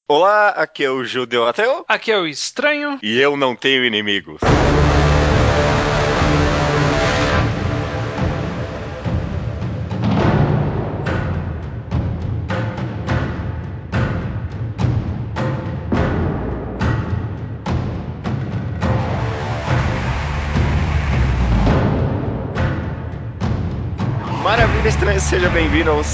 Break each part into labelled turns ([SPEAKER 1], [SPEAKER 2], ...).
[SPEAKER 1] Olá, aqui é o Judeu Ateu.
[SPEAKER 2] Aqui é o Estranho.
[SPEAKER 1] E eu não tenho inimigos. Maravilha, Estranho, seja bem-vindo ao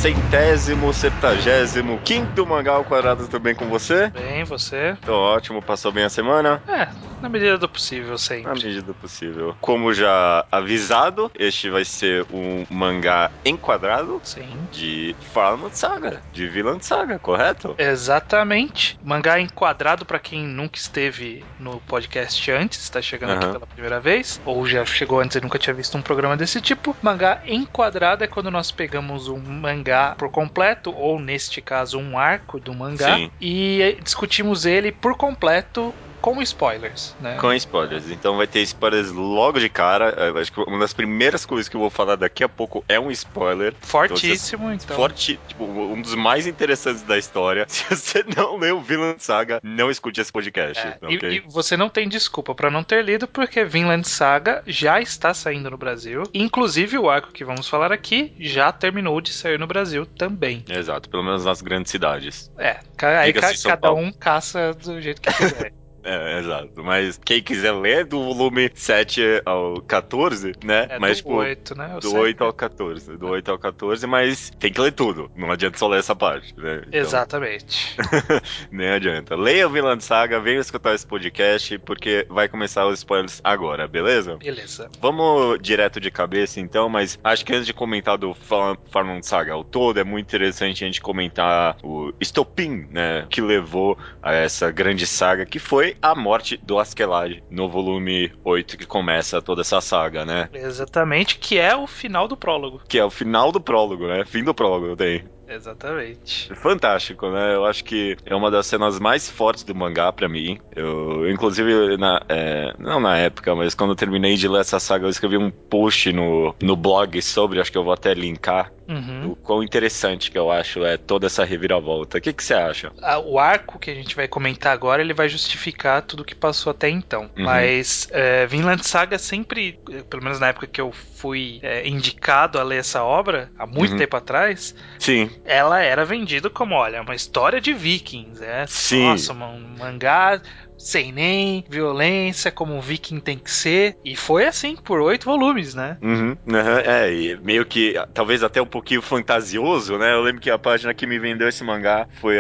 [SPEAKER 1] 175º Mangá ao Quadrado, tudo bem com você?
[SPEAKER 2] Bem, você?
[SPEAKER 1] Tô ótimo, passou bem a semana?
[SPEAKER 2] Na medida do possível,
[SPEAKER 1] Na
[SPEAKER 2] sempre.
[SPEAKER 1] medida do possível. Como já avisado, este vai ser um mangá enquadrado
[SPEAKER 2] Sim.
[SPEAKER 1] de Farmland Saga, de Vinland Saga, correto?
[SPEAKER 2] Exatamente. Mangá enquadrado pra quem nunca esteve no podcast antes, está chegando aqui
[SPEAKER 1] Aham.
[SPEAKER 2] pela primeira vez, ou já chegou antes e nunca tinha visto um programa desse tipo. Mangá enquadrado é quando nós pegamos um mangá por completo, ou neste caso um arco do mangá,
[SPEAKER 1] Sim.
[SPEAKER 2] e discutimos ele por completo com spoilers, né?
[SPEAKER 1] Com spoilers, então vai ter spoilers logo de cara. Eu acho que uma das primeiras coisas que eu vou falar daqui a pouco é um spoiler. Então,
[SPEAKER 2] Fortíssimo, então.
[SPEAKER 1] forte, tipo, um dos mais interessantes da história. Se você não leu Vinland Saga, não escute esse podcast,
[SPEAKER 2] E
[SPEAKER 1] ok?
[SPEAKER 2] você não tem desculpa pra não ter lido, porque Vinland Saga já está saindo no Brasil. Inclusive, o arco que vamos falar aqui já terminou de sair no Brasil também.
[SPEAKER 1] Exato, pelo menos nas grandes cidades.
[SPEAKER 2] Aí
[SPEAKER 1] Diga-se São
[SPEAKER 2] cada
[SPEAKER 1] Paulo.
[SPEAKER 2] um caça do jeito que quiser.
[SPEAKER 1] Exato. Mas quem quiser ler do volume 7 ao 14, né?
[SPEAKER 2] É do
[SPEAKER 1] Mas, tipo,
[SPEAKER 2] 8, né? O
[SPEAKER 1] do
[SPEAKER 2] 7.
[SPEAKER 1] 8 ao 14. Do 8 ao 14, mas tem que ler tudo. Não adianta só ler essa parte, né? Então,
[SPEAKER 2] Exatamente.
[SPEAKER 1] nem adianta. Leia o Vinland Saga, venha escutar esse podcast, porque vai começar os spoilers agora, beleza?
[SPEAKER 2] Beleza.
[SPEAKER 1] Vamos direto de cabeça, então, mas acho que antes de comentar do Farmland Saga ao todo, é muito interessante a gente comentar o estopim, né, que levou a essa grande saga, que foi a morte do Askeladd, no volume 8, que começa toda essa saga, né?
[SPEAKER 2] Exatamente, que é o final do prólogo.
[SPEAKER 1] Que é o final do prólogo, né? Fim do prólogo, tem.
[SPEAKER 2] Exatamente.
[SPEAKER 1] Fantástico, né? Eu acho que é uma das cenas mais fortes do mangá pra mim. Eu, inclusive, não na época, mas quando eu terminei de ler essa saga, eu escrevi um post no blog sobre, acho que eu vou até linkar,
[SPEAKER 2] Uhum.
[SPEAKER 1] o quão interessante que eu acho é toda essa reviravolta. O que que você acha?
[SPEAKER 2] O arco que a gente vai comentar agora, ele vai justificar tudo que passou até então.
[SPEAKER 1] Uhum,
[SPEAKER 2] Mas Vinland Saga sempre, pelo menos na época que eu fui indicado a ler essa obra, há muito
[SPEAKER 1] uhum.
[SPEAKER 2] tempo atrás,
[SPEAKER 1] Sim,
[SPEAKER 2] ela era vendida como, olha, uma história de vikings,
[SPEAKER 1] sim.
[SPEAKER 2] nossa, um mangá sem nem violência, como um viking tem que ser. E foi assim por 8 volumes, né?
[SPEAKER 1] Uhum, aham, e meio que, talvez até um pouquinho fantasioso, né? Eu lembro que a página que me vendeu esse mangá foi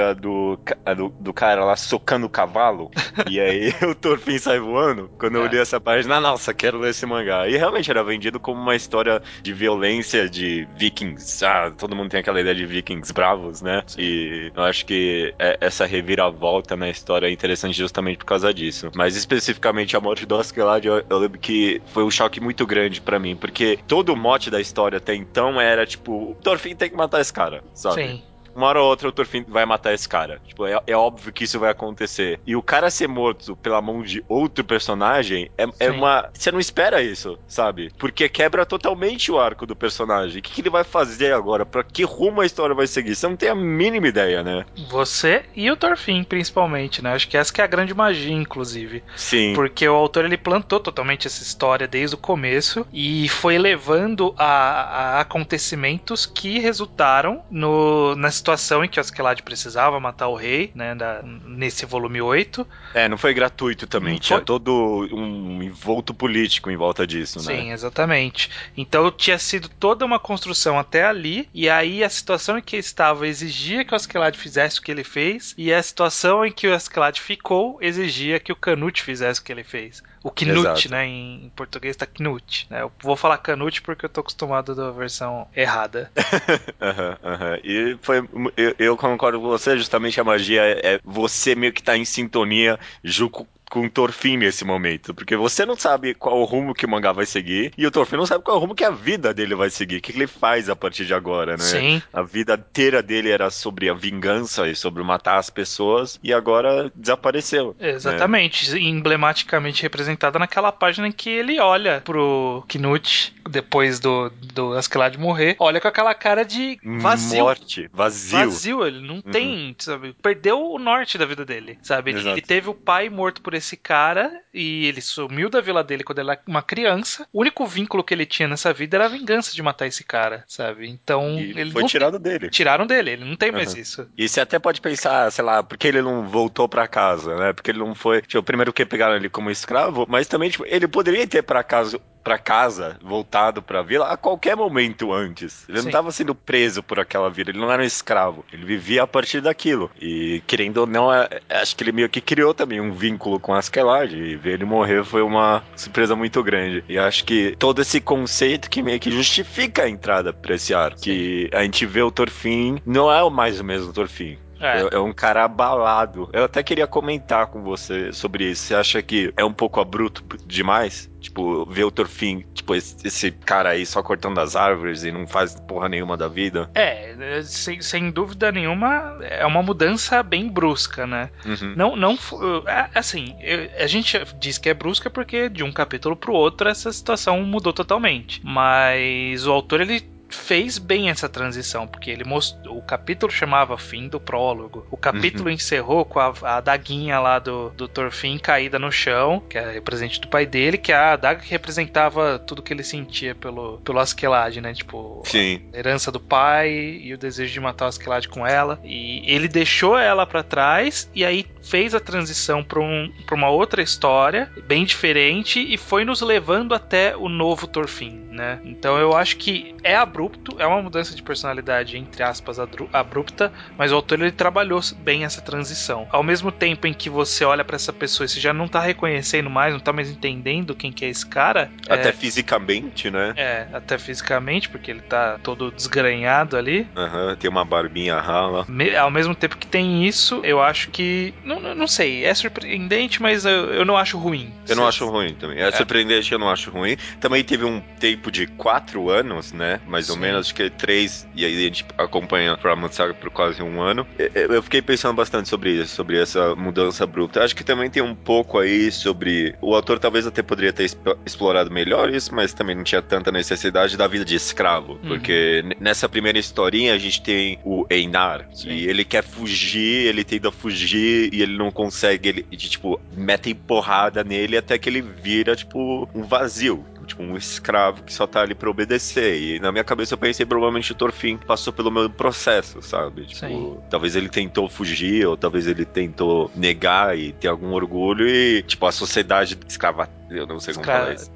[SPEAKER 1] a do cara lá socando o cavalo, e aí o Thorfinn sai voando. Quando eu
[SPEAKER 2] É,
[SPEAKER 1] li essa página, nossa, quero ler esse mangá. E realmente era vendido como uma história de violência de vikings. Ah, todo mundo tem aquela ideia de vikings bravos, né?
[SPEAKER 2] sim.
[SPEAKER 1] E eu acho que essa reviravolta na história é interessante justamente por causa disso. Mas especificamente a morte do Askeladd, eu lembro que foi um choque muito grande pra mim, porque todo o mote da história até então era tipo, o Thorfinn tem que matar esse cara, sabe?
[SPEAKER 2] Sim.
[SPEAKER 1] Uma hora ou outra o Thorfinn vai matar esse cara. Tipo, é óbvio que isso vai acontecer. E o cara ser morto pela mão de outro personagem é
[SPEAKER 2] Sim.
[SPEAKER 1] uma. Você não espera isso, sabe? Porque quebra totalmente o arco do personagem. O que ele vai fazer agora? Pra que rumo a história vai seguir? Você não tem a mínima ideia, né?
[SPEAKER 2] Você e o Thorfinn, principalmente, né? Acho que essa que é a grande magia, inclusive.
[SPEAKER 1] Sim.
[SPEAKER 2] Porque o autor ele plantou totalmente essa história desde o começo e foi levando a acontecimentos que resultaram na situação em que o Askeladd precisava matar o rei, né? Nesse volume 8.
[SPEAKER 1] Não foi gratuito também. Tinha
[SPEAKER 2] Foi,
[SPEAKER 1] todo um envolto político em volta disso, né?
[SPEAKER 2] sim, exatamente. Então tinha sido toda uma construção até ali, e aí a situação em que estava exigia que o Askeladd fizesse o que ele fez, e a situação em que o Askeladd ficou exigia que o Canute fizesse o que ele fez. O Knut,
[SPEAKER 1] Exato.
[SPEAKER 2] né? Em português tá Knut. Né? Eu vou falar Canute porque eu tô acostumado da versão errada.
[SPEAKER 1] Aham, aham. E foi. Eu concordo com você, justamente a magia é você meio que tá em sintonia com o Thorfinn nesse momento, porque você não sabe qual o rumo que o mangá vai seguir, e o Thorfinn não sabe qual o rumo que a vida dele vai seguir, o que ele faz a partir de agora, né?
[SPEAKER 2] Sim.
[SPEAKER 1] A vida inteira dele era sobre a vingança e sobre matar as pessoas, e agora desapareceu, né?
[SPEAKER 2] Exatamente, emblematicamente representada naquela página em que ele olha pro Knut, depois do Askeladd morrer, olha com aquela cara de vazio.
[SPEAKER 1] Morte, vazio.
[SPEAKER 2] Vazio, ele não
[SPEAKER 1] Uhum.
[SPEAKER 2] tem, sabe? Perdeu o norte da vida dele, sabe? Ele
[SPEAKER 1] Exato.
[SPEAKER 2] teve o pai morto por esse cara e ele sumiu da vila dele quando ele era uma criança. O único vínculo que ele tinha nessa vida era a vingança de matar esse cara, sabe? Então,
[SPEAKER 1] E
[SPEAKER 2] ele
[SPEAKER 1] foi
[SPEAKER 2] não
[SPEAKER 1] tirado dele.
[SPEAKER 2] tiraram dele, ele não tem mais
[SPEAKER 1] Uhum.
[SPEAKER 2] isso.
[SPEAKER 1] E você até pode pensar, sei lá, por que ele não voltou pra casa, né? Porque ele não foi, tipo, primeiro que pegaram ele como escravo, mas também, tipo, ele poderia ter pra casa, voltado pra vila a qualquer momento antes. Ele não
[SPEAKER 2] Sim.
[SPEAKER 1] estava sendo preso por aquela vida, ele não era um escravo. Ele vivia a partir daquilo. E querendo ou não, acho que ele meio que criou também um vínculo com Askeladd. E ver ele morrer foi uma surpresa muito grande. E acho que todo esse conceito que meio que justifica a entrada pra esse arco.
[SPEAKER 2] Sim.
[SPEAKER 1] Que a gente vê o Thorfinn, não é mais o mesmo Thorfinn. É um cara abalado. Eu até queria comentar com você sobre isso. Você acha que é um pouco abrupto demais? Tipo, ver o Thorfinn, tipo, esse cara aí só cortando as árvores e não faz porra nenhuma da vida?
[SPEAKER 2] Sem dúvida nenhuma, é uma mudança bem brusca, né?
[SPEAKER 1] Uhum.
[SPEAKER 2] Assim, a gente diz que é brusca porque de um capítulo pro outro essa situação mudou totalmente. Mas o autor, ele fez bem essa transição, porque ele mostrou, o capítulo chamava Fim do Prólogo. O capítulo encerrou com a adaguinha lá do Thorfinn caída no chão, que é presente do pai dele, que é a adaga que representava tudo que ele sentia pelo Askeladd, né? Tipo,
[SPEAKER 1] Sim.
[SPEAKER 2] a herança do pai e o desejo de matar o Askeladd com ela. E ele deixou ela pra trás e aí fez a transição pra uma outra história, bem diferente, e foi nos levando até o novo Thorfinn, né? Então eu acho que é abrupto, é uma mudança de personalidade, entre aspas, abrupta, mas o autor, ele trabalhou bem essa transição. Ao mesmo tempo em que você olha pra essa pessoa e você já não tá reconhecendo mais, não tá mais entendendo quem que é esse cara.
[SPEAKER 1] Até fisicamente, né?
[SPEAKER 2] Até fisicamente, porque ele tá todo desgranhado ali.
[SPEAKER 1] Tem uma barbinha rala.
[SPEAKER 2] Ao mesmo tempo que tem isso, eu acho que... Não sei, é surpreendente, mas eu não acho ruim.
[SPEAKER 1] Eu não acho ruim também. É surpreendente, eu não acho ruim. Também teve um tempo de 4 anos, né? Mais ou menos, acho que 3. E aí a gente acompanha a Saga por quase 1 ano. Eu fiquei pensando bastante sobre isso, sobre essa mudança bruta. Acho que também tem um pouco aí sobre... O autor talvez até poderia ter explorado melhor isso, mas também não tinha tanta necessidade da vida de escravo. Porque nessa primeira historinha a gente tem o Einar. Sim. E ele quer fugir, ele tenta fugir e ele não consegue. Ele, tipo, metem porrada nele até que ele vira, tipo, um vazio. Tipo, um escravo que só tá ali pra obedecer. E na minha cabeça eu pensei, provavelmente o Thorfinn passou pelo meu processo, sabe? Tipo, talvez ele tentou fugir, ou talvez ele tentou negar e ter algum orgulho e, tipo, a sociedade eu não sei como falar isso.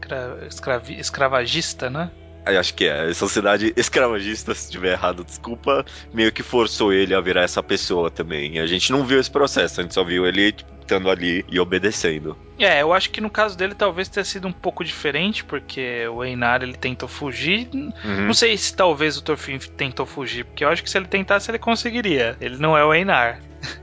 [SPEAKER 2] Escravagista, né?
[SPEAKER 1] Acho que é. A sociedade escravagista, se estiver errado, desculpa, meio que forçou ele a virar essa pessoa também. E a gente não viu esse processo, a gente só viu ele, tipo, estando ali e obedecendo.
[SPEAKER 2] Eu acho que no caso dele talvez tenha sido um pouco diferente, porque o Einar, ele tentou fugir. Não sei se talvez o Thorfinn tentou fugir, porque eu acho que se ele tentasse, ele conseguiria. Ele não é o Einar.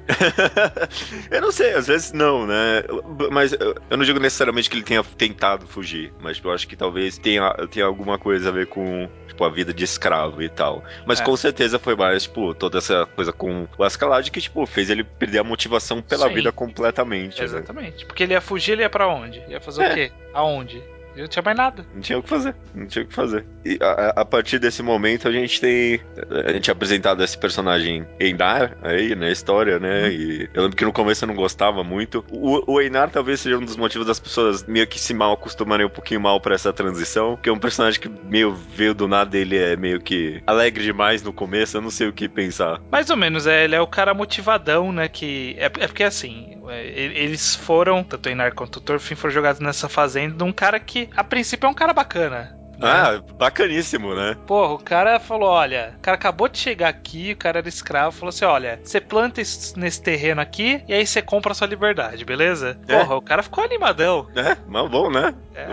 [SPEAKER 1] Eu não sei, às vezes não, né? Mas eu não digo necessariamente que ele tenha tentado fugir, mas eu acho que talvez tenha alguma coisa a ver com, tipo, a vida de escravo e tal. Mas com certeza foi mais, tipo, toda essa coisa com o Askeladd que, tipo, fez ele perder a motivação pela vida completamente.
[SPEAKER 2] Exatamente. Né? Porque ele ia fugir, ele ia pra onde? Ia fazer o quê? Aonde? Ele não tinha mais nada.
[SPEAKER 1] Não tinha o que fazer. E a partir desse momento a gente é apresentado esse personagem Einar aí na história, né? E eu lembro que no começo eu não gostava muito. O Einar talvez seja um dos motivos das pessoas meio que se mal acostumarem um pouquinho mal pra essa transição, porque é um personagem que meio veio do nada, ele é meio que alegre demais no começo, eu não sei o que pensar.
[SPEAKER 2] Mais ou menos, ele é o cara motivadão, né? Que é porque assim, eles foram, tanto o Einar quanto o Thorfinn foram jogados nessa fazenda de um cara que, a princípio, é um cara bacana. Né?
[SPEAKER 1] Ah, bacaníssimo, né?
[SPEAKER 2] Porra, o cara falou, olha, o cara acabou de chegar aqui, o cara era escravo, falou assim, olha, você planta nesse terreno aqui e aí você compra a sua liberdade, beleza? Porra, o cara ficou animadão.
[SPEAKER 1] Mas bom, né?
[SPEAKER 2] É.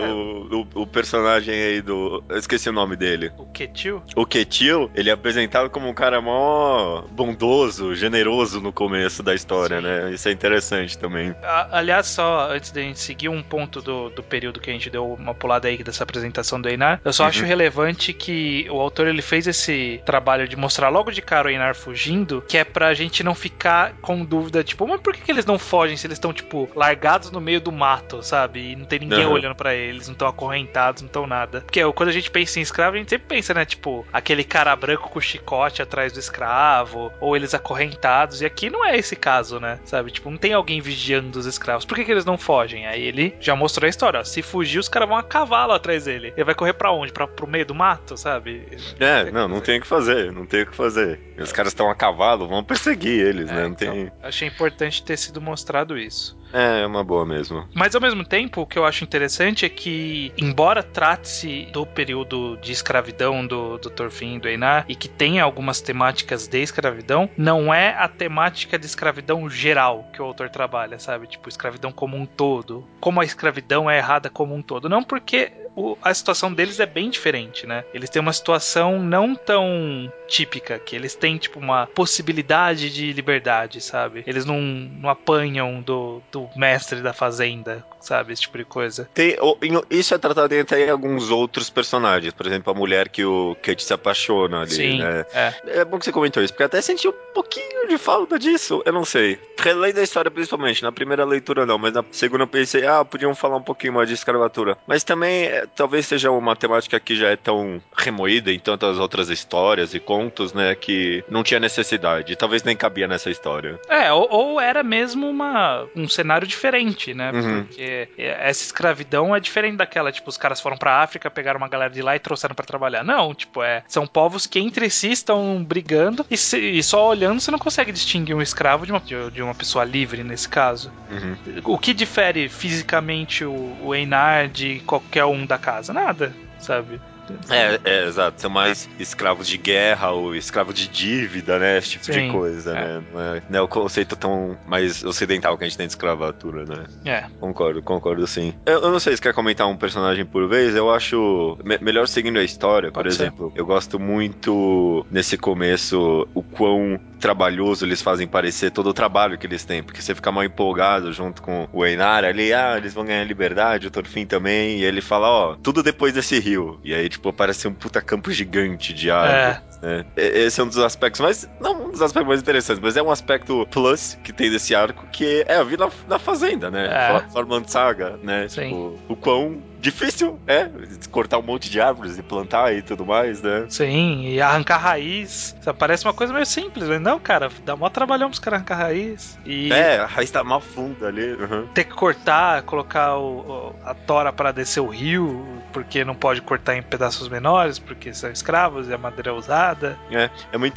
[SPEAKER 1] O personagem aí do... Eu esqueci o nome dele.
[SPEAKER 2] O Ketil?
[SPEAKER 1] O Ketil, ele é apresentado como um cara mó bondoso, generoso no começo da história,
[SPEAKER 2] Sim.
[SPEAKER 1] né? Isso é interessante também.
[SPEAKER 2] Aliás, só antes da gente seguir um ponto do período que a gente deu uma pulada aí dessa apresentação do Einar, eu só acho relevante que o autor ele fez esse trabalho de mostrar logo de cara o Einar fugindo, que é pra gente não ficar com dúvida, tipo, mas por que eles não fogem se eles estão, tipo, largados no meio do mato, sabe? E não tem ninguém olhando pra eles, não estão acorrentados, não estão nada. Porque quando a gente pensa em escravo, a gente sempre pensa, né, tipo, aquele cara branco com chicote atrás do escravo, ou eles acorrentados, e aqui não é esse caso, né, sabe? Tipo, não tem alguém vigiando os escravos. Por que eles não fogem? Aí ele já mostrou a história, ó, se fugir, os caras vão a cavalo atrás dele. Ele vai correr pra onde? Pro meio do mato, sabe?
[SPEAKER 1] Não tem o que fazer, não tem o que fazer. Os caras estão a cavalo, vão perseguir eles, né? Não tem...
[SPEAKER 2] Então, achei importante ter sido mostrado isso.
[SPEAKER 1] É uma boa mesmo.
[SPEAKER 2] Mas ao mesmo tempo, o que eu acho interessante é que, embora trate-se do período de escravidão do Thorfinn e do Einar, e que tenha algumas temáticas de escravidão, não é a temática de escravidão geral que o autor trabalha, sabe? Tipo, escravidão como um todo. Como a escravidão é errada como um todo. Não porque a situação deles é bem diferente, né? Eles têm uma situação não tão típica, que eles têm, tipo, uma possibilidade de liberdade, sabe? Eles não apanham do mestre da fazenda, sabe? Esse tipo de coisa.
[SPEAKER 1] Isso é tratado até em alguns outros personagens. Por exemplo, a mulher que o Kate se apaixona ali,
[SPEAKER 2] Sim,
[SPEAKER 1] né? É bom que você comentou isso, porque até senti um pouquinho de falta disso. Eu não sei. Relendo a história, principalmente. Na primeira leitura, não. Mas na segunda eu pensei, podiam falar um pouquinho mais de escravatura. Mas também, talvez seja uma temática que já é tão remoída em tantas outras histórias e contos, né? Que não tinha necessidade. Talvez nem cabia nessa história.
[SPEAKER 2] Ou era mesmo um cenário diferente, né? Porque essa escravidão é diferente daquela, tipo, os caras foram pra África, pegaram uma galera de lá e trouxeram pra trabalhar. Não, tipo, são povos que entre si estão brigando e só olhando você não consegue distinguir um escravo de uma pessoa livre, nesse caso. O que difere fisicamente o Einar de qualquer um da casa? Nada, sabe?
[SPEAKER 1] Exato. São mais escravos de guerra ou escravo de dívida, né? Esse tipo de coisa, né? Não é o conceito tão mais ocidental que a gente tem de escravatura, né? Concordo sim. Eu não sei se quer comentar um personagem por vez, eu acho melhor seguindo a história, por exemplo. Eu gosto muito, nesse começo, o quão trabalhoso eles fazem parecer todo o trabalho que eles têm, porque você fica mal empolgado junto com o Einar ali, eles vão ganhar liberdade, o Thorfinn também, e ele fala, tudo depois desse rio. E aí, tipo, parece um puta campo gigante de árvores, né? Esse é um dos aspectos não um dos aspectos mais interessantes, mas é um aspecto plus que tem desse arco, que é a vida na fazenda, né? Farmand Saga, né?
[SPEAKER 2] Sim.
[SPEAKER 1] Tipo, o quão difícil cortar um monte de árvores e plantar e tudo mais, né?
[SPEAKER 2] Sim, e arrancar raiz. Parece uma coisa meio simples, mas não, cara, dá mó trabalhão pros caras arrancar raiz.
[SPEAKER 1] A raiz tá mal funda ali.
[SPEAKER 2] Ter que cortar, colocar a tora para descer o rio, porque não pode cortar em pedaços menores, porque são escravos e a madeira é usada.
[SPEAKER 1] É muito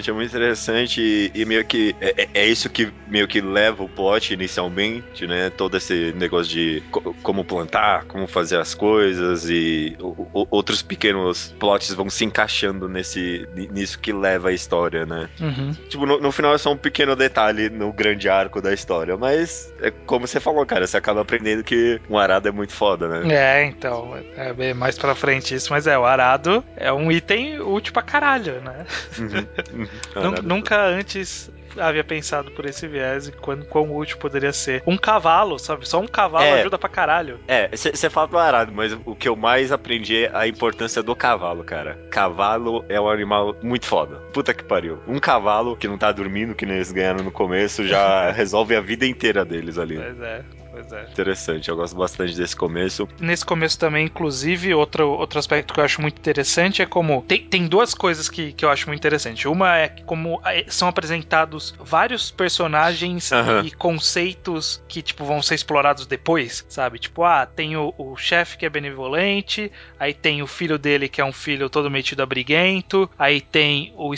[SPEAKER 1] interessante e meio que é isso que meio que leva o plot inicialmente, né? Todo esse negócio de como plantar, como fazer as coisas e outros pequenos plots vão se encaixando nisso que leva a história, né? Tipo, no final é só um pequeno detalhe no grande arco da história, mas é como você falou, cara, você acaba aprendendo que um arado é muito foda, né?
[SPEAKER 2] Então, é mais pra frente isso, mas o arado é um item útil pra caralho, né? Nunca antes havia pensado por esse viés e quão útil poderia ser. Um cavalo, sabe? Só um cavalo ajuda pra caralho.
[SPEAKER 1] Você fala do arado, mas o que eu mais aprendi é a importância do cavalo, cara. Cavalo é um animal muito foda. Puta que pariu. Um cavalo que não tá dormindo, que nem eles ganharam no começo, já resolve a vida inteira deles ali.
[SPEAKER 2] Pois é.
[SPEAKER 1] Interessante, eu gosto bastante desse começo.
[SPEAKER 2] Nesse começo também, inclusive, outro aspecto que eu acho muito interessante é como... Tem duas coisas que eu acho muito interessante. Uma é como são apresentados vários personagens e conceitos que, tipo, vão ser explorados depois, sabe? Tipo, tem o chefe que é benevolente, aí tem o filho dele que é um filho todo metido a briguento, aí tem o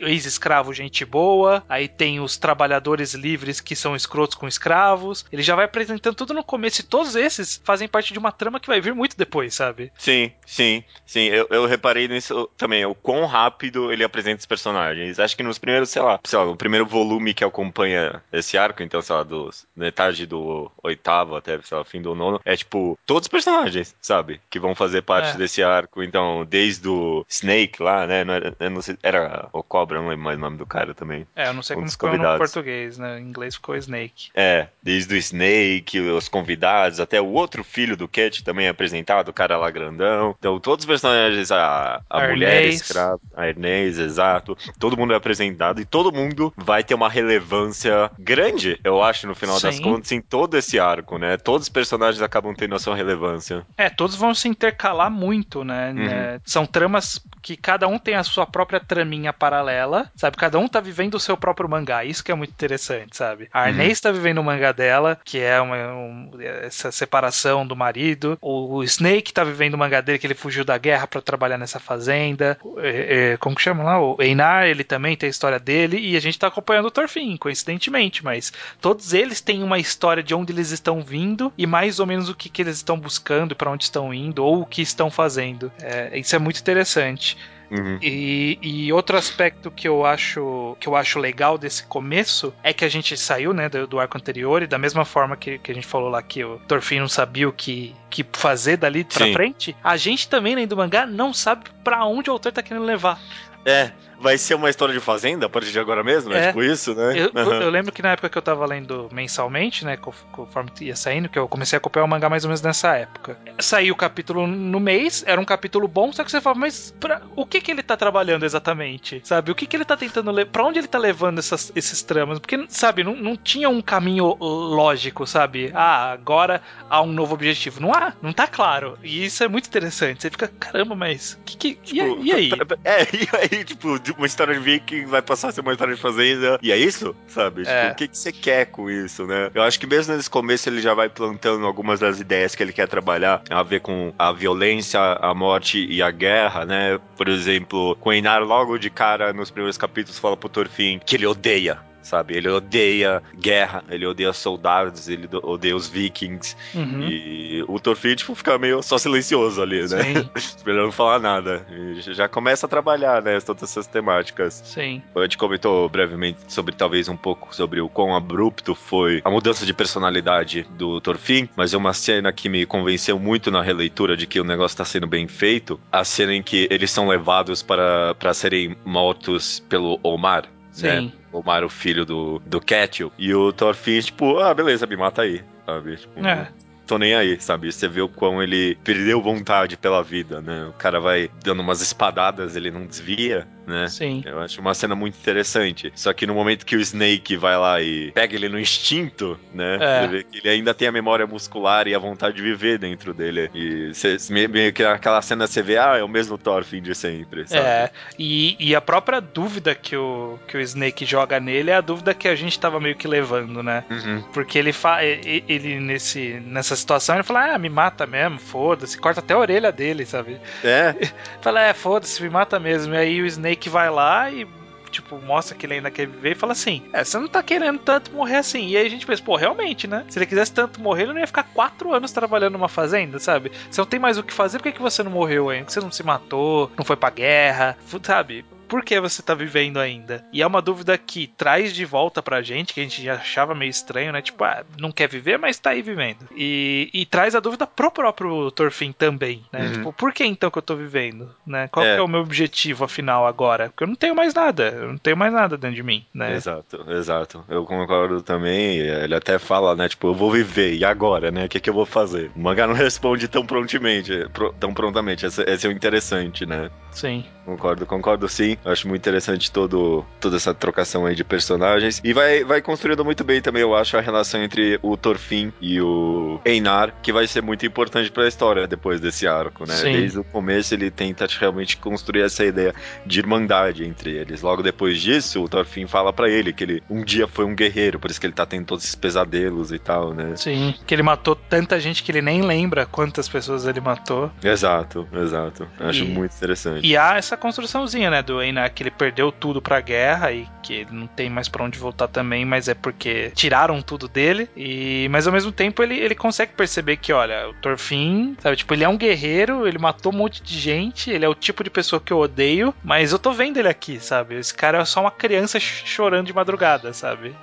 [SPEAKER 2] ex-escravo gente boa, aí tem os trabalhadores livres que são escrotos com escravos. Ele já vai apresentando tudo no começo e todos esses fazem parte de uma trama que vai vir muito depois, sabe?
[SPEAKER 1] Sim. Eu reparei nisso também, o quão rápido ele apresenta os personagens. Acho que nos primeiros, sei lá, o primeiro volume que acompanha esse arco, então, sei lá, metade do oitavo até, sei lá, fim do nono, é tipo, todos os personagens, sabe? Que vão fazer parte desse arco. Então, desde o Snake lá, né? Eu não sei, era o Cobra, não lembro mais o nome do cara também.
[SPEAKER 2] Eu não sei como
[SPEAKER 1] Dos
[SPEAKER 2] ficou no
[SPEAKER 1] convidados.
[SPEAKER 2] português, né? Em inglês ficou Snake.
[SPEAKER 1] Desde o Snake, os convidados, até o outro filho do Cat também é apresentado, o cara lá grandão. Então, todos os personagens, a mulher escrava, a Ernest, exato. Todo mundo é apresentado e todo mundo vai ter uma relevância grande, eu acho, no final das contas, em todo esse arco, né? Todos os personagens acabam tendo a sua relevância.
[SPEAKER 2] Todos vão se intercalar muito, né? São tramas que cada um tem a sua própria traminha paralela, sabe? Cada um tá vivendo o seu próprio mangá. Isso que é muito interessante, sabe? A Arnês tá vivendo o mangá dela, que é essa separação do marido. O Snake tá vivendo o mangá dele, que ele fugiu da guerra pra trabalhar nessa fazenda. Como que chama lá? O Einar, ele também tem a história dele. E a gente tá acompanhando o Thorfinn, coincidentemente. Mas todos eles têm uma história de onde eles estão vindo e mais ou menos o que eles estão buscando, pra onde estão indo ou o que estão fazendo. Isso é muito interessante. E outro aspecto que eu acho legal desse começo é que a gente saiu, né, do arco anterior, e da mesma forma que a gente falou lá que o Thorfinn não sabia o que fazer dali pra frente, a gente também, lendo do mangá, não sabe pra onde o autor tá querendo levar.
[SPEAKER 1] Vai ser uma história de fazenda a partir de agora mesmo? É tipo isso, né?
[SPEAKER 2] Eu lembro que na época que eu tava lendo mensalmente, né, conforme ia saindo, que eu comecei a acompanhar o mangá mais ou menos nessa época. Saiu o capítulo no mês, era um capítulo bom, só que você fala, mas o que ele tá trabalhando exatamente? Sabe? O que ele tá tentando pra onde ele tá levando esses tramas? Porque, sabe, não tinha um caminho lógico, sabe? Agora há um novo objetivo. Não tá claro. E isso é muito interessante. Você fica, caramba, mas e aí?
[SPEAKER 1] E aí, tipo, uma história de Viking vai passar a ser uma história de fazenda. E é isso, sabe? Tipo, o que você quer com isso, né? Eu acho que mesmo nesse começo ele já vai plantando algumas das ideias que ele quer trabalhar a ver com a violência, a morte e a guerra, né? Por exemplo, o Einar logo de cara nos primeiros capítulos fala pro Thorfinn que ele odeia, sabe? Ele odeia guerra, ele odeia soldados, ele odeia os vikings. E o Thorfinn, tipo, fica meio só silencioso ali, né? Esperando não falar nada. E já começa a trabalhar, né? Todas essas temáticas.
[SPEAKER 2] Sim.
[SPEAKER 1] A gente comentou brevemente sobre, talvez, um pouco sobre o quão abrupto foi a mudança de personalidade do Thorfinn, mas é uma cena que me convenceu muito na releitura de que o negócio tá sendo bem feito. A cena em que eles são levados para serem mortos pelo Omar.
[SPEAKER 2] Sim.
[SPEAKER 1] Né? Omar, o filho do Ketil. E o Thorfinn, tipo, beleza, me mata aí, sabe? Tipo, tô nem aí, sabe? Você vê o quão ele perdeu vontade pela vida, né? O cara vai dando umas espadadas, ele não desvia, né?
[SPEAKER 2] Sim.
[SPEAKER 1] Eu acho uma cena muito interessante. Só que no momento que o Snake vai lá e pega ele no instinto, né? Você vê que ele ainda tem a memória muscular e a vontade de viver dentro dele. E meio que aquela cena você vê, é o mesmo Thorfinn de sempre, sabe?
[SPEAKER 2] E a própria dúvida que o Snake joga nele é a dúvida que a gente tava meio que levando, né? Porque ele nessa situação ele fala, me mata mesmo, foda-se, corta até a orelha dele, sabe? Fala, foda-se, me mata mesmo. E aí o Snake vai lá e tipo, mostra que ele ainda quer viver e fala assim, você não tá querendo tanto morrer assim. E aí a gente pensa, realmente, né? Se ele quisesse tanto morrer, ele não ia ficar 4 anos trabalhando numa fazenda, sabe? Você não tem mais o que fazer, por que você não morreu ainda? Por que você não se matou, não foi pra guerra, sabe? Por que você tá vivendo ainda? E é uma dúvida que traz de volta pra gente, que a gente já achava meio estranho, né? Tipo, não quer viver, mas tá aí vivendo. E traz a dúvida pro próprio Thorfinn também, né? Tipo, por que então que eu tô vivendo? Né? Qual que é o meu objetivo, afinal, agora? Porque eu não tenho mais nada. Eu não tenho mais nada dentro de mim, né?
[SPEAKER 1] Exato. Eu concordo também. Ele até fala, né? Tipo, eu vou viver, e agora, né? O que eu vou fazer? O mangá não responde tão prontamente. Esse é o interessante, né?
[SPEAKER 2] Sim.
[SPEAKER 1] Concordo sim. Acho muito interessante toda essa trocação aí de personagens. E vai construindo muito bem também, eu acho, a relação entre o Thorfinn e o Einar, que vai ser muito importante pra história depois desse arco, né?
[SPEAKER 2] Sim.
[SPEAKER 1] Desde o começo ele tenta realmente construir essa ideia de irmandade entre eles. Logo depois disso, o Thorfinn fala pra ele que ele um dia foi um guerreiro, por isso que ele tá tendo todos esses pesadelos e tal, né?
[SPEAKER 2] Sim, que ele matou tanta gente que ele nem lembra quantas pessoas ele matou.
[SPEAKER 1] Exato. Acho muito interessante.
[SPEAKER 2] E há essa construçãozinha, né, do Einar que ele perdeu tudo pra guerra e que ele não tem mais pra onde voltar também, mas é porque tiraram tudo dele. Mas ao mesmo tempo ele consegue perceber que, olha, o Thorfinn, sabe, tipo, ele é um guerreiro, ele matou um monte de gente, ele é o tipo de pessoa que eu odeio, mas eu tô vendo ele aqui, sabe? Esse cara é só uma criança chorando de madrugada, sabe?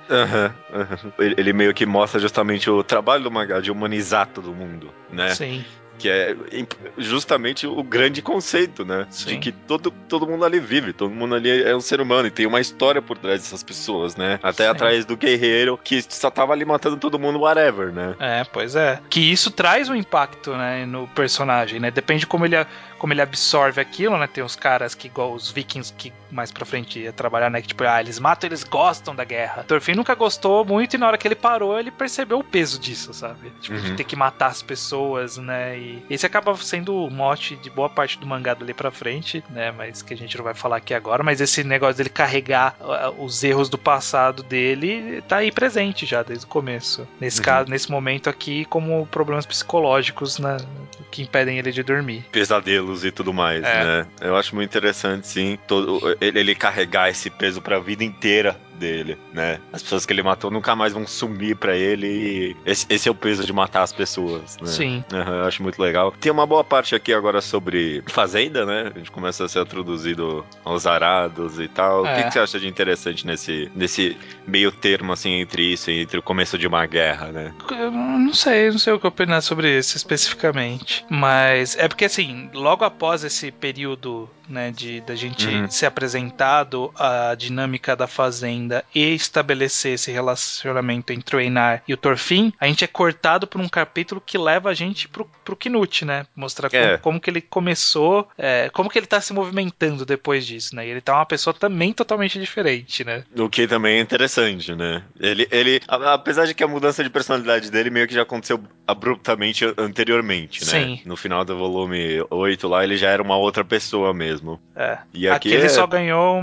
[SPEAKER 1] Ele meio que mostra justamente o trabalho do mangá de humanizar todo mundo, né?
[SPEAKER 2] Sim.
[SPEAKER 1] Que é justamente o grande conceito, né?
[SPEAKER 2] Sim.
[SPEAKER 1] De que todo mundo ali vive, todo mundo ali é um ser humano e tem uma história por trás dessas pessoas, né? Até
[SPEAKER 2] Sim.
[SPEAKER 1] atrás do guerreiro que só tava ali matando todo mundo, whatever, né?
[SPEAKER 2] Pois é. Que isso traz um impacto, né, no personagem, né? Depende de como ele absorve aquilo, né? Tem os caras que, igual os vikings, que mais pra frente ia trabalhar, né? Que tipo, eles matam, eles gostam da guerra. Thorfinn nunca gostou muito e na hora que ele parou, ele percebeu o peso disso, sabe? Tipo, de ter que matar as pessoas, né? E esse acaba sendo o mote de boa parte do mangá dali pra frente, né? Mas que a gente não vai falar aqui agora. Mas esse negócio dele carregar os erros do passado dele tá aí presente já desde o começo. Nesse caso, nesse momento aqui, como problemas psicológicos, né, que impedem ele de dormir.
[SPEAKER 1] Pesadelos e tudo mais, né? Eu acho muito interessante, sim, ele carregar esse peso pra vida inteira dele, né? As pessoas que ele matou nunca mais vão sumir pra ele e esse é o peso de matar as pessoas, né?
[SPEAKER 2] Sim.
[SPEAKER 1] Eu acho muito legal. Tem uma boa parte aqui agora sobre fazenda, né? A gente começa a ser introduzido aos arados e tal. O que você acha de interessante nesse meio termo, assim, entre isso e entre o começo de uma guerra, né?
[SPEAKER 2] Eu não sei o que opinar sobre isso especificamente, mas é porque, assim, logo após esse período, né, da gente ser apresentado a dinâmica da fazenda e estabelecer esse relacionamento entre o Einar e o Thorfinn, a gente é cortado por um capítulo que leva a gente pro Knut, né? Mostrar como que ele começou, como que ele tá se movimentando depois disso, né? E ele tá uma pessoa também totalmente diferente, né?
[SPEAKER 1] O que também é interessante, né? Apesar de que a mudança de personalidade dele meio que já aconteceu abruptamente anteriormente, né?
[SPEAKER 2] Sim.
[SPEAKER 1] No final do volume 8 lá, ele já era uma outra pessoa mesmo. E
[SPEAKER 2] aqui ele só ganhou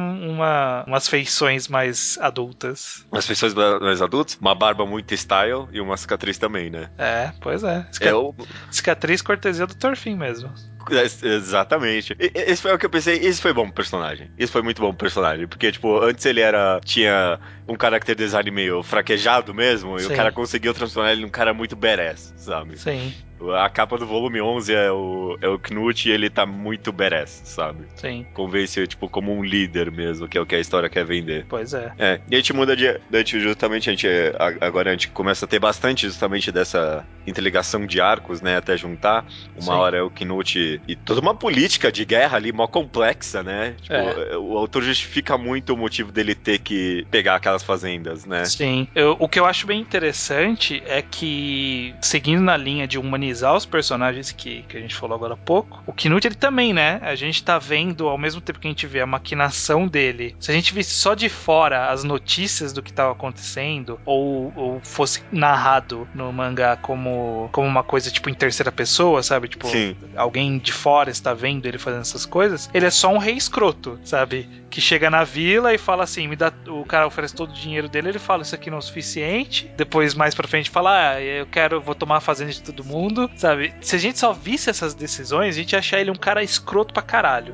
[SPEAKER 2] umas feições mais adultas.
[SPEAKER 1] Umas feições mais adultas, uma barba muito style e uma cicatriz também, né?
[SPEAKER 2] Pois é. Cicatriz cortesia do Thorfinn mesmo.
[SPEAKER 1] Exatamente. Esse foi o que eu pensei, esse foi bom pro personagem. Esse foi muito bom pro personagem, porque, tipo, antes ele tinha um character design meio fraquejado mesmo, e o cara conseguiu transformar ele num cara muito badass, sabe?
[SPEAKER 2] Sim.
[SPEAKER 1] A capa do volume 11 é o Knut e ele tá muito badass, sabe?
[SPEAKER 2] Sim.
[SPEAKER 1] Convence, tipo, como um líder mesmo, que é o que a história quer vender.
[SPEAKER 2] Pois é.
[SPEAKER 1] E a gente muda justamente, agora a gente começa a ter bastante justamente dessa interligação de arcos, né, até juntar. Uma hora é o Knut e toda uma política de guerra ali, mó complexa, né? Tipo, o autor justifica muito o motivo dele ter que pegar aquelas fazendas, né?
[SPEAKER 2] Sim. O que eu acho bem interessante é que, seguindo na linha de humanizar os personagens que a gente falou agora há pouco, o Knut, ele também, né? A gente tá vendo, ao mesmo tempo que a gente vê a maquinação dele, se a gente visse só de fora as notícias do que tava acontecendo, ou fosse narrado no mangá como uma coisa, tipo, em terceira pessoa, sabe? Tipo, alguém de fora está vendo ele fazendo essas coisas, ele é só um rei escroto, sabe? Que chega na vila e fala assim, o cara oferece todo o dinheiro dele, ele fala, isso aqui não é o suficiente, depois mais pra frente fala, vou tomar a fazenda de todo mundo, sabe? Se a gente só visse essas decisões, a gente ia achar ele um cara escroto pra caralho.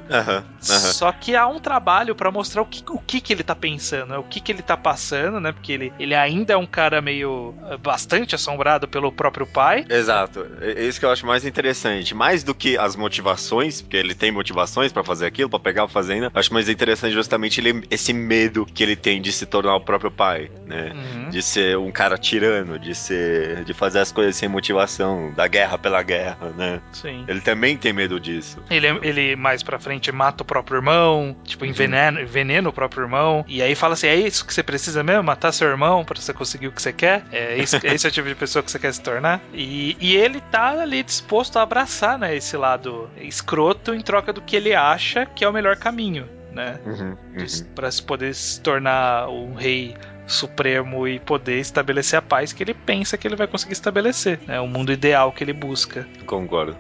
[SPEAKER 2] Só que há um trabalho pra mostrar o que ele tá pensando, né? O que ele tá passando, né? Porque ele ainda é um cara meio bastante assombrado pelo próprio pai.
[SPEAKER 1] Exato. É isso que eu acho mais interessante. Mais do que as motivações, porque ele tem motivações pra fazer aquilo, pra pegar a fazenda, acho mais interessante justamente esse medo que ele tem de se tornar o próprio pai, né? De ser um cara tirano, de fazer as coisas sem motivação, da guerra pela guerra, né?
[SPEAKER 2] Sim.
[SPEAKER 1] Ele também tem medo disso.
[SPEAKER 2] Ele mais pra frente mata o próprio irmão, tipo, envenena o próprio irmão, e aí fala assim, é isso que você precisa mesmo? Matar seu irmão pra você conseguir o que você quer? Esse é o tipo de pessoa que você quer se tornar? E ele tá ali disposto a abraçar, né, esse lado escroto em troca do que ele acha que é o melhor caminho, né? Pra se poder se tornar um rei supremo e poder estabelecer a paz que ele pensa que ele vai conseguir estabelecer, né? O mundo ideal que ele busca.
[SPEAKER 1] Concordo.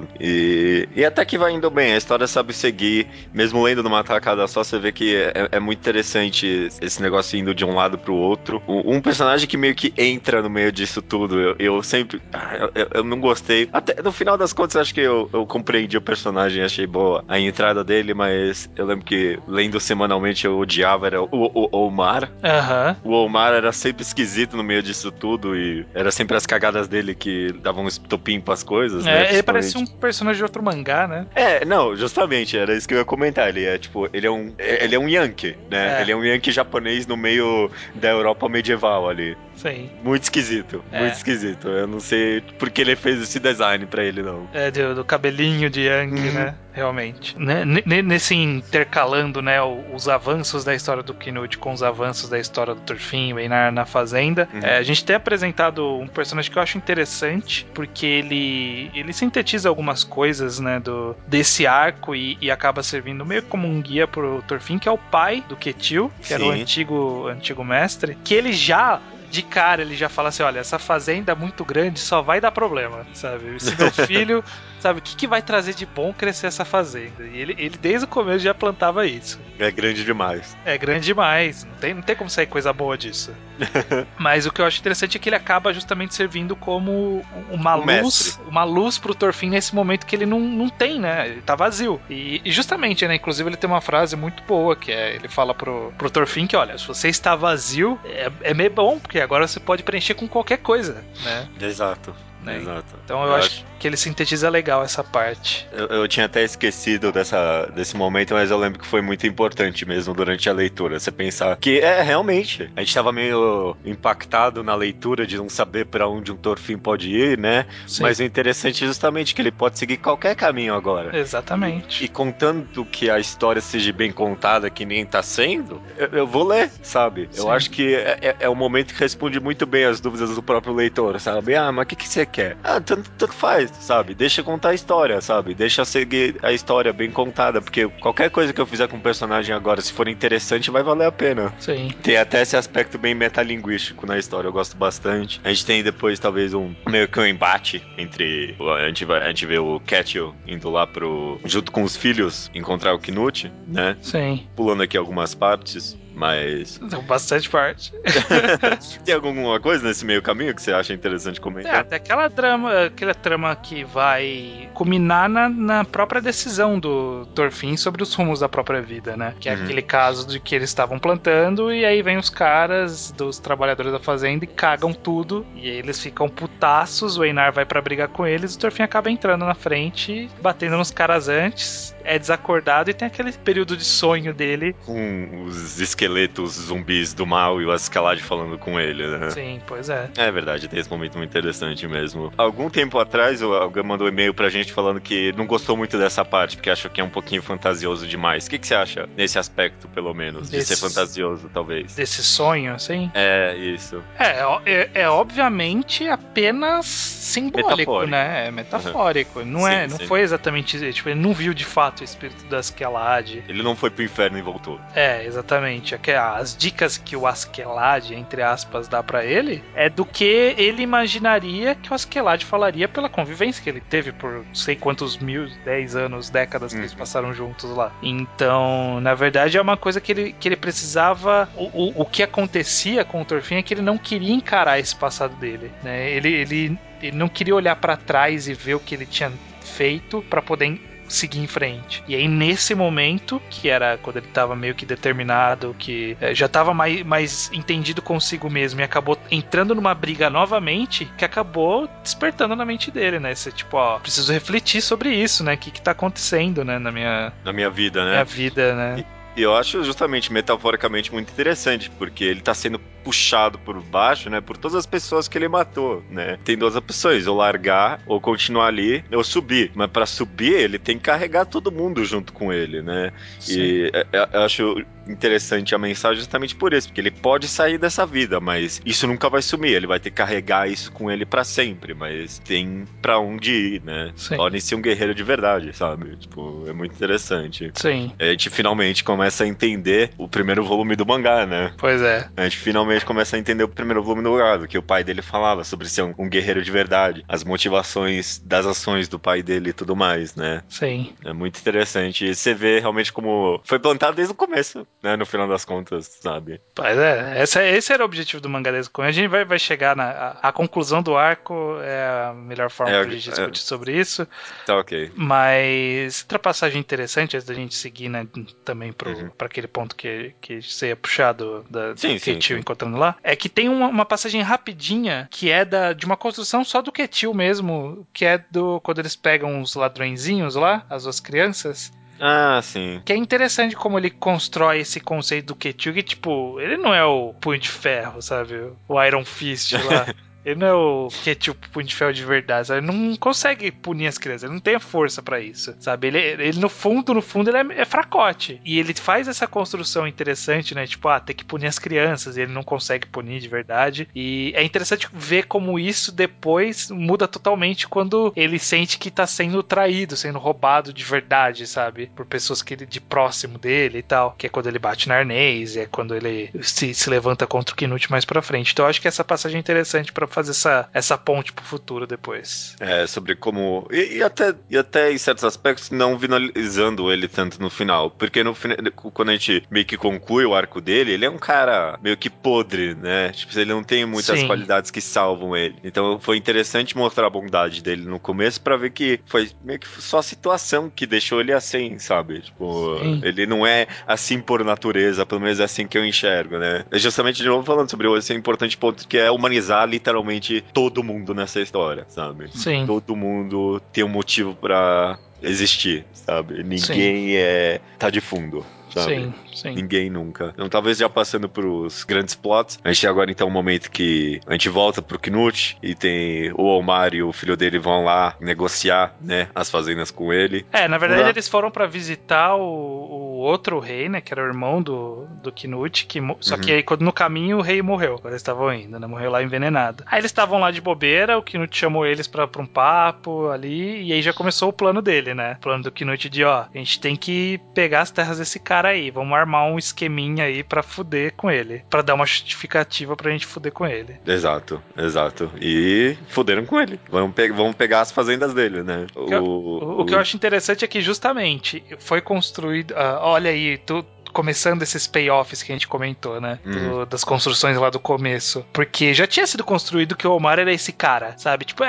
[SPEAKER 1] E até que vai indo bem, a história sabe seguir, mesmo lendo numa tacada só, você vê que é muito interessante esse negócio indo de um lado pro outro. Um personagem que meio que entra no meio disso tudo, eu sempre... Eu não gostei. Até no final das contas, acho que eu compreendi o personagem, achei boa a entrada dele, mas eu lembro que lendo semanalmente eu odiava, era o Omar.
[SPEAKER 2] Aham.
[SPEAKER 1] O Omar era sempre esquisito no meio disso tudo e era sempre as cagadas dele que davam um estopim pras coisas, né?
[SPEAKER 2] Ele parece um personagem de outro mangá, né?
[SPEAKER 1] Não, justamente, era isso que eu ia comentar. Ele é um Yankee, né?
[SPEAKER 2] É.
[SPEAKER 1] Ele é um Yankee japonês no meio da Europa medieval ali.
[SPEAKER 2] Sim.
[SPEAKER 1] Muito esquisito, muito esquisito. Eu não sei por que ele fez esse design pra ele, não.
[SPEAKER 2] Do cabelinho de Yankee, né? Realmente. Nesse intercalando, né, os avanços da história do Knut com os avanços da história do Thorfinn e na Fazenda, a gente tem apresentado um personagem que eu acho interessante, porque ele sintetiza algumas coisas, né, desse arco e acaba servindo meio como um guia pro Thorfinn, que é o pai do Ketil, que era o antigo mestre, que ele já... De cara, ele já fala assim, olha, essa fazenda muito grande só vai dar problema, sabe? Se meu filho, sabe, o que vai trazer de bom crescer essa fazenda? E ele desde o começo já plantava isso.
[SPEAKER 1] É grande demais.
[SPEAKER 2] É grande demais, não tem como sair coisa boa disso. Mas o que eu acho interessante é que ele acaba justamente servindo como uma luz pro Thorfinn nesse momento que ele não tem, né? Ele tá vazio. E justamente, né? Inclusive ele tem uma frase muito boa, que ele fala pro Thorfinn que, olha, se você está vazio, é meio bom, porque agora você pode preencher com qualquer coisa, né?
[SPEAKER 1] Exato.
[SPEAKER 2] Né?
[SPEAKER 1] Exato.
[SPEAKER 2] Então eu acho que ele sintetiza legal essa parte.
[SPEAKER 1] Eu tinha até esquecido desse momento, mas eu lembro que foi muito importante mesmo durante a leitura. Você pensar que realmente, a gente tava meio impactado na leitura de não saber pra onde um Thorfinn pode ir, né?
[SPEAKER 2] Sim.
[SPEAKER 1] Mas o interessante é justamente que ele pode seguir qualquer caminho agora.
[SPEAKER 2] Exatamente.
[SPEAKER 1] E contanto que a história seja bem contada, que nem tá sendo, eu vou ler, sabe?
[SPEAKER 2] Sim.
[SPEAKER 1] Eu acho que é um momento que responde muito bem as dúvidas do próprio leitor, sabe? Mas o que você quer? Tanto faz, sabe? Deixa contar a história, sabe? Deixa seguir a história bem contada, porque qualquer coisa que eu fizer com o personagem agora, se for interessante, vai valer a pena.
[SPEAKER 2] Sim.
[SPEAKER 1] Tem até esse aspecto bem metalinguístico na história, eu gosto bastante. A gente tem depois, talvez, meio que um embate entre... A gente vê o Ketil indo lá junto com os filhos, encontrar o Knut, né?
[SPEAKER 2] Sim.
[SPEAKER 1] Pulando aqui algumas partes. Mas...
[SPEAKER 2] Bastante parte.
[SPEAKER 1] Tem alguma coisa nesse meio caminho que você acha interessante comentar?
[SPEAKER 2] Até aquela trama que vai culminar na própria decisão do Thorfinn sobre os rumos da própria vida, né? Que é aquele caso de que eles estavam plantando e aí vem os caras dos trabalhadores da fazenda e cagam tudo. E aí eles ficam putaços, o Einar vai pra brigar com eles e o Thorfinn acaba entrando na frente, batendo nos caras antes, é desacordado e tem aquele período de sonho dele.
[SPEAKER 1] Com os esqueletos zumbis do mal e o Askeladd falando com ele, né?
[SPEAKER 2] Sim, pois é.
[SPEAKER 1] É verdade, tem esse momento muito interessante mesmo. Algum tempo atrás, alguém mandou um e-mail pra gente falando que não gostou muito dessa parte, porque achou que é um pouquinho fantasioso demais. O que você acha nesse aspecto, pelo menos? De ser fantasioso, talvez?
[SPEAKER 2] Desse sonho, assim?
[SPEAKER 1] É, isso.
[SPEAKER 2] É obviamente apenas simbólico,
[SPEAKER 1] metafórico,
[SPEAKER 2] né? É metafórico.
[SPEAKER 1] Uhum.
[SPEAKER 2] Não foi exatamente isso. Tipo, ele não viu de fato o espírito da Askeladd.
[SPEAKER 1] Ele não foi pro inferno e voltou.
[SPEAKER 2] Exatamente. As dicas que o Askeladd, entre aspas, dá pra ele é do que ele imaginaria que o Askeladd falaria pela convivência que ele teve por não sei quantos 10 anos, décadas que eles passaram juntos lá. Então, na verdade, é uma coisa que ele precisava. O que acontecia com o Thorfinn é que ele não queria encarar esse passado dele, né? Ele não queria olhar pra trás e ver o que ele tinha feito pra poder seguir em frente. E aí nesse momento, que era quando ele tava meio que determinado, que já tava mais entendido consigo mesmo e acabou entrando numa briga novamente, que acabou despertando na mente dele, né? Esse tipo, preciso refletir sobre isso, né? O que tá acontecendo, né? Na minha
[SPEAKER 1] vida, né?
[SPEAKER 2] Minha vida, né?
[SPEAKER 1] E eu acho justamente, metaforicamente, muito interessante, porque ele tá sendo puxado por baixo, né, por todas as pessoas que ele matou, né. Tem duas opções, ou largar, ou continuar ali, ou subir. Mas pra subir, ele tem que carregar todo mundo junto com ele, né. Sim. E eu acho interessante a mensagem justamente por isso, porque ele pode sair dessa vida, mas isso nunca vai sumir, ele vai ter que carregar isso com ele pra sempre, mas tem pra onde ir, né?
[SPEAKER 2] Sim.
[SPEAKER 1] Torne-se um guerreiro de verdade, sabe? Tipo, é muito interessante.
[SPEAKER 2] Sim.
[SPEAKER 1] A gente finalmente começa a entender o primeiro volume do mangá, né?
[SPEAKER 2] Pois é.
[SPEAKER 1] A gente finalmente começa a entender o primeiro volume do mangá, que o pai dele falava sobre ser um guerreiro de verdade, as motivações das ações do pai dele e tudo mais, né?
[SPEAKER 2] Sim.
[SPEAKER 1] É muito interessante. E você vê realmente como foi plantado desde o começo, né? No final das contas, sabe?
[SPEAKER 2] Pois é, esse era o objetivo do mangá desde o começo. A gente vai chegar a conclusão do arco, é a melhor forma pra gente discutir sobre isso.
[SPEAKER 1] Tá ok.
[SPEAKER 2] Mas outra passagem interessante, antes da gente seguir, né, também
[SPEAKER 1] Uhum.
[SPEAKER 2] pra aquele ponto que você ia puxar da
[SPEAKER 1] Sim,
[SPEAKER 2] Ketil
[SPEAKER 1] sim.
[SPEAKER 2] encontrando lá, é que tem uma passagem rapidinha que é de uma construção só do Ketil mesmo, que é quando eles pegam os ladrõezinhos lá, as duas crianças.
[SPEAKER 1] Ah, sim.
[SPEAKER 2] Que é interessante como ele constrói esse conceito do Ketil, que, tipo, ele não é o Punho de Ferro, sabe? O Iron Fist lá. Ele não é o Ketil Punho de Ferro de verdade, sabe? Ele não consegue punir as crianças, ele não tem a força pra isso, sabe? Ele no fundo, ele é fracote. E ele faz essa construção interessante, né? Tipo, tem que punir as crianças, e ele não consegue punir de verdade. E é interessante ver como isso depois muda totalmente quando ele sente que tá sendo traído, sendo roubado de verdade, sabe? Por pessoas de próximo dele e tal. Que é quando ele bate na Arnês, é quando ele se levanta contra o Knut mais pra frente. Então eu acho que essa passagem é interessante pra fazer essa ponte pro futuro depois.
[SPEAKER 1] É, sobre como. E até em certos aspectos não finalizando ele tanto no final. Porque no final, quando a gente meio que conclui o arco dele, ele é um cara meio que podre, né? Tipo, ele não tem muitas
[SPEAKER 2] Sim.
[SPEAKER 1] qualidades que salvam ele. Então foi interessante mostrar a bondade dele no começo pra ver que foi meio que só a situação que deixou ele assim, sabe? Tipo,
[SPEAKER 2] Sim.
[SPEAKER 1] ele não é assim por natureza, pelo menos é assim que eu enxergo, né? É justamente de novo falando sobre esse importante ponto que é humanizar literalmente todo mundo nessa história, sabe?
[SPEAKER 2] Sim.
[SPEAKER 1] Todo mundo tem um motivo pra existir, sabe?
[SPEAKER 2] Sim.
[SPEAKER 1] Ninguém tá de fundo, sabe?
[SPEAKER 2] Sim, sim.
[SPEAKER 1] Ninguém nunca. Então, talvez já passando pros grandes plots, a gente tem agora então um momento que a gente volta pro Knut e tem o Omar e o filho dele vão lá negociar, né, as fazendas com ele.
[SPEAKER 2] Na verdade eles foram pra visitar o outro rei, né, que era o irmão do Knut, só que aí no caminho o rei morreu, quando eles estavam indo, né, morreu lá envenenado. Aí eles estavam lá de bobeira, o Knut chamou eles pra um papo ali, e aí já começou o plano dele, né, o plano do Knut de, a gente tem que pegar as terras desse cara aí, vamos armar um esqueminha aí pra fuder com ele, pra dar uma justificativa pra gente fuder com ele.
[SPEAKER 1] Exato. E fuderam com ele. Vamos pegar as fazendas dele, né?
[SPEAKER 2] O que eu acho interessante é que justamente foi construído. Olha aí, começando esses payoffs que a gente comentou, né? Das construções lá do começo. Porque já tinha sido construído que o Omar era esse cara, sabe? Tipo,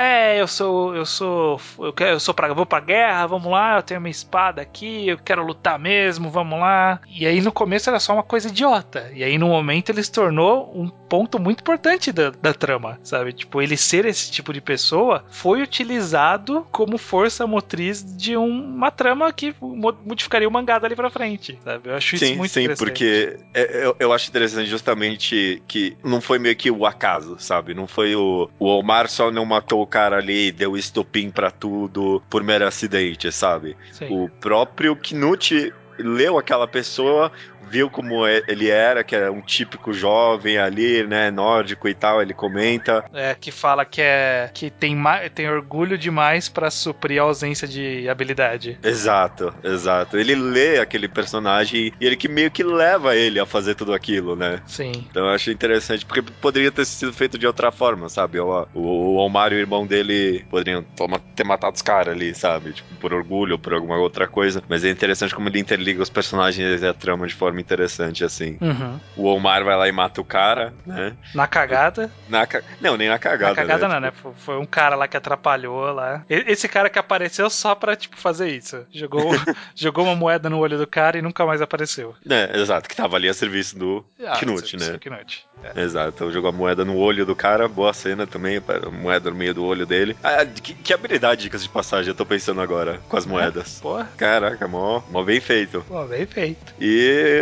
[SPEAKER 2] vou pra guerra, vamos lá, eu tenho minha espada aqui, eu quero lutar mesmo, vamos lá. E aí no começo era só uma coisa idiota. E aí no momento ele se tornou um ponto muito importante da trama, sabe? Tipo, ele ser esse tipo de pessoa foi utilizado como força motriz de uma trama que modificaria o mangá dali pra frente, sabe? Eu acho isso muito interessante.
[SPEAKER 1] Porque eu acho interessante justamente que não foi meio que o acaso, sabe? Não foi o Omar só não matou o cara ali e deu estopim pra tudo por mero acidente, sabe?
[SPEAKER 2] Sim.
[SPEAKER 1] O próprio Knut leu aquela pessoa, viu como ele era, que era um típico jovem ali, né, nórdico e tal, ele comenta.
[SPEAKER 2] Que fala que tem orgulho demais pra suprir a ausência de habilidade.
[SPEAKER 1] Exato. Ele lê aquele personagem e ele que meio que leva ele a fazer tudo aquilo, né?
[SPEAKER 2] Sim.
[SPEAKER 1] Então eu acho interessante, porque poderia ter sido feito de outra forma, sabe? O Omar e o irmão dele poderiam ter matado os caras ali, sabe? Tipo, por orgulho ou por alguma outra coisa. Mas é interessante como ele interliga os personagens e a trama de forma interessante, assim. O Omar vai lá e mata o cara, né?
[SPEAKER 2] Na cagada.
[SPEAKER 1] Não, nem na cagada,
[SPEAKER 2] Na cagada
[SPEAKER 1] né?
[SPEAKER 2] não, né? Foi um cara lá que atrapalhou lá. Esse cara que apareceu só pra, tipo, fazer isso. Jogou uma moeda no olho do cara e nunca mais apareceu.
[SPEAKER 1] Exato, que tava ali a serviço do Knut, né?
[SPEAKER 2] Knut.
[SPEAKER 1] Exato, então jogou a moeda no olho do cara, boa cena também, a moeda no meio do olho dele. Que habilidade, dicas de passagem, eu tô pensando agora, com as moedas.
[SPEAKER 2] Porra.
[SPEAKER 1] Caraca, mó bem feito.
[SPEAKER 2] Pô, bem feito.
[SPEAKER 1] E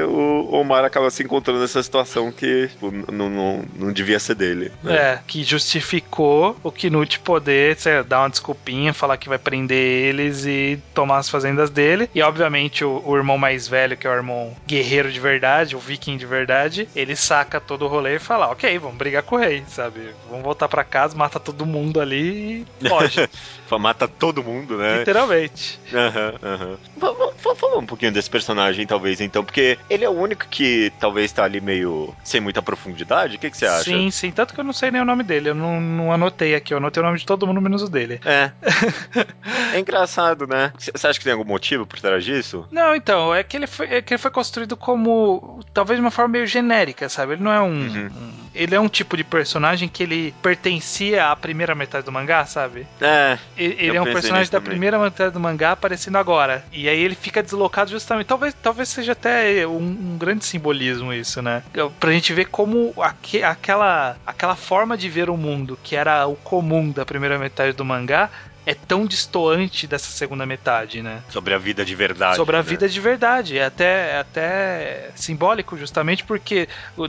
[SPEAKER 1] o Omar acaba se encontrando nessa situação que tipo, não devia ser dele. Né?
[SPEAKER 2] Que justificou o Knut poder dar uma desculpinha, falar que vai prender eles e tomar as fazendas dele. E obviamente o irmão mais velho, que é o irmão guerreiro de verdade, o viking de verdade, ele saca todo o rolê e fala, ok, vamos brigar com o rei, sabe? Vamos voltar pra casa, mata todo mundo ali e foge.
[SPEAKER 1] Mata todo mundo, né?
[SPEAKER 2] Literalmente.
[SPEAKER 1] Vamos falar um pouquinho desse personagem, talvez, então, porque ele é o único que talvez tá ali meio sem muita profundidade. O que você acha?
[SPEAKER 2] Sim, tanto que eu não sei nem o nome dele, eu não anotei aqui, eu anotei o nome de todo mundo menos o dele.
[SPEAKER 1] É engraçado, né? Você acha que tem algum motivo por trás disso?
[SPEAKER 2] Não, então, é que ele foi construído como, talvez de uma forma meio genérica, sabe? Ele não é ele é um tipo de personagem que ele pertencia à primeira metade do mangá, sabe? Ele é um personagem da primeira metade do mangá aparecendo agora. E aí ele fica deslocado justamente. Talvez seja até um grande simbolismo isso, né? Pra gente ver como aquela forma de ver o mundo, que era o comum da primeira metade do mangá, é tão distoante dessa segunda metade, né?
[SPEAKER 1] Sobre a vida de verdade.
[SPEAKER 2] Sobre a
[SPEAKER 1] né?
[SPEAKER 2] vida de verdade. É até simbólico, justamente porque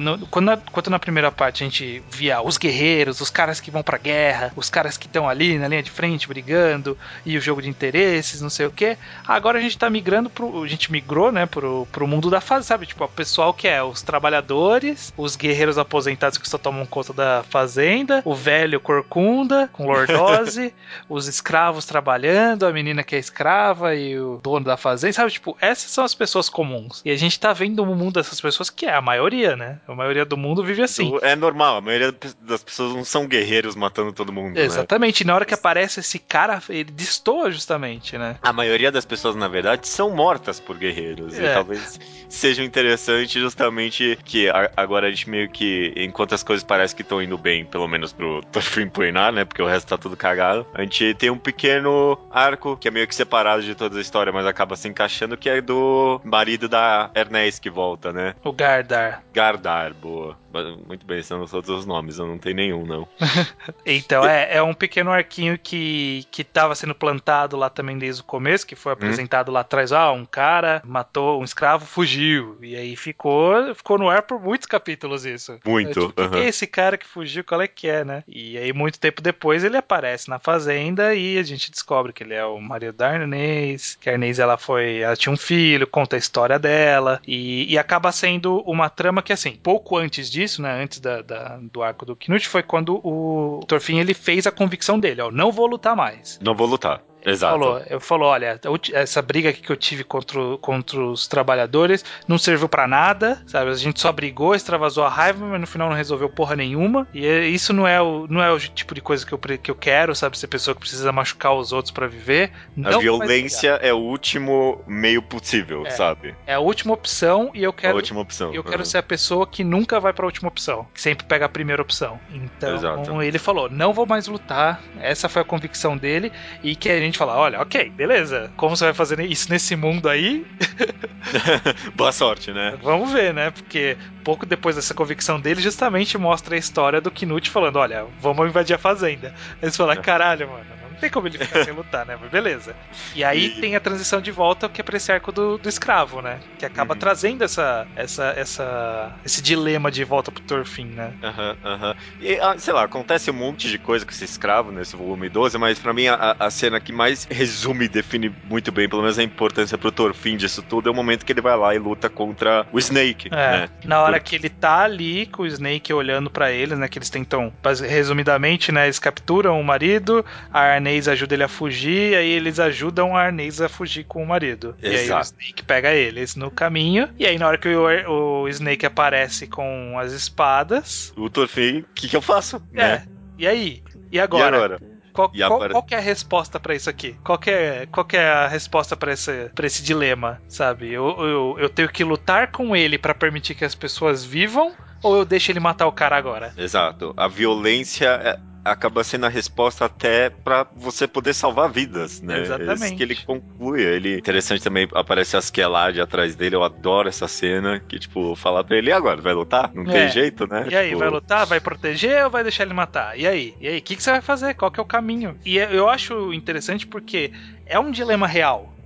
[SPEAKER 2] quando na primeira parte a gente via os guerreiros, os caras que vão pra guerra, os caras que estão ali na linha de frente brigando, e o jogo de interesses, não sei o quê. Agora a gente tá migrando a gente migrou, né, pro mundo da fase, sabe? Tipo, o pessoal que é os trabalhadores, os guerreiros aposentados que só tomam conta da fazenda, o velho corcunda com lordose, os escravos trabalhando, a menina que é escrava e o dono da fazenda, sabe? Tipo, essas são as pessoas comuns. E a gente tá vendo o mundo dessas pessoas, que é a maioria, né? A maioria do mundo vive assim.
[SPEAKER 1] É normal, a maioria das pessoas não são guerreiros matando todo mundo,
[SPEAKER 2] Exatamente,
[SPEAKER 1] né?
[SPEAKER 2] E na hora que aparece esse cara, ele destoa justamente, né?
[SPEAKER 1] A maioria das pessoas, na verdade, são mortas por guerreiros. E talvez seja interessante justamente que agora a gente meio que, enquanto as coisas parecem que estão indo bem, pelo menos pro Thorfinn Puinar, né? Porque o resto tá tudo cagado. A gente tem um pequeno arco que é meio que separado de toda a história, mas acaba se encaixando, que é do marido da Ernest que volta, né?
[SPEAKER 2] O Gardar.
[SPEAKER 1] Gardar, boa. Muito bem, são todos os nomes, eu não tenho nenhum, não.
[SPEAKER 2] Então, é um pequeno arquinho que tava sendo plantado lá também desde o começo, que foi apresentado lá atrás. Um cara matou um escravo, fugiu. E aí ficou no ar por muitos capítulos isso.
[SPEAKER 1] Muito.
[SPEAKER 2] Tipo, quem é esse cara que fugiu? Qual é que é, né? E aí, muito tempo depois, ele aparece na fazenda e a gente descobre que ele é o marido da Arnês, que a Arnês, ela tinha um filho, conta a história dela, e acaba sendo uma trama que, assim, pouco antes disso, né, antes do arco do Knut, foi quando o Thorfinn, ele fez a convicção dele, não vou lutar mais.
[SPEAKER 1] Não vou lutar. Exato.
[SPEAKER 2] Ele falou, olha, essa briga aqui que eu tive contra os trabalhadores não serviu pra nada, sabe? A gente só brigou, extravasou a raiva, mas no final não resolveu porra nenhuma. E isso não é o tipo de coisa que eu quero, sabe? Ser pessoa que precisa machucar os outros pra viver.
[SPEAKER 1] A violência é o último meio possível, sabe?
[SPEAKER 2] É a última opção e eu quero.
[SPEAKER 1] A última opção.
[SPEAKER 2] Eu quero ser a pessoa que nunca vai pra última opção, que sempre pega a primeira opção. Então, ele falou, não vou mais lutar. Essa foi a convicção dele, e que a gente falar, olha, ok, beleza, como você vai fazer isso nesse mundo aí?
[SPEAKER 1] Boa sorte, né?
[SPEAKER 2] Vamos ver, né? Porque pouco depois dessa convicção dele, justamente mostra a história do Knut falando, olha, vamos invadir a fazenda. Eles falam, caralho, mano, não tem como ele ficar sem lutar, né? Mas beleza. E aí tem a transição de volta, que é pra esse arco do escravo, né? Que acaba trazendo esse dilema de volta pro Thorfinn, né?
[SPEAKER 1] E, sei lá, acontece um monte de coisa com esse escravo nesse volume 12, mas pra mim a cena que mais resume e define muito bem, pelo menos a importância pro Thorfinn disso tudo, é o momento que ele vai lá e luta contra o Snake, né?
[SPEAKER 2] Na hora que ele tá ali com o Snake olhando pra eles, né? Que eles tentam, resumidamente, né? Eles capturam o marido, a Arnês ajuda ele a fugir, aí eles ajudam a Arnês a fugir com o marido.
[SPEAKER 1] Exato.
[SPEAKER 2] E aí o Snake pega eles no caminho, e aí na hora que o Snake aparece com as espadas...
[SPEAKER 1] O Thorfinn, o que eu faço? Né?
[SPEAKER 2] E aí? E agora? Qual
[SPEAKER 1] agora?
[SPEAKER 2] que é a resposta pra isso aqui? Qual que é a resposta pra esse dilema, sabe? Eu tenho que lutar com ele pra permitir que as pessoas vivam, ou eu deixo ele matar o cara agora?
[SPEAKER 1] Exato. A violência acaba sendo a resposta até pra você poder salvar vidas, né?
[SPEAKER 2] Exatamente.
[SPEAKER 1] Isso que ele conclui. Interessante também, aparece a Skellad atrás dele, eu adoro essa cena, que tipo, falar pra ele, e agora, vai lutar? Não tem jeito, né?
[SPEAKER 2] E aí, vai lutar? Vai proteger ou vai deixar ele matar? E aí? O que você vai fazer? Qual que é o caminho? E eu acho interessante porque é um dilema real.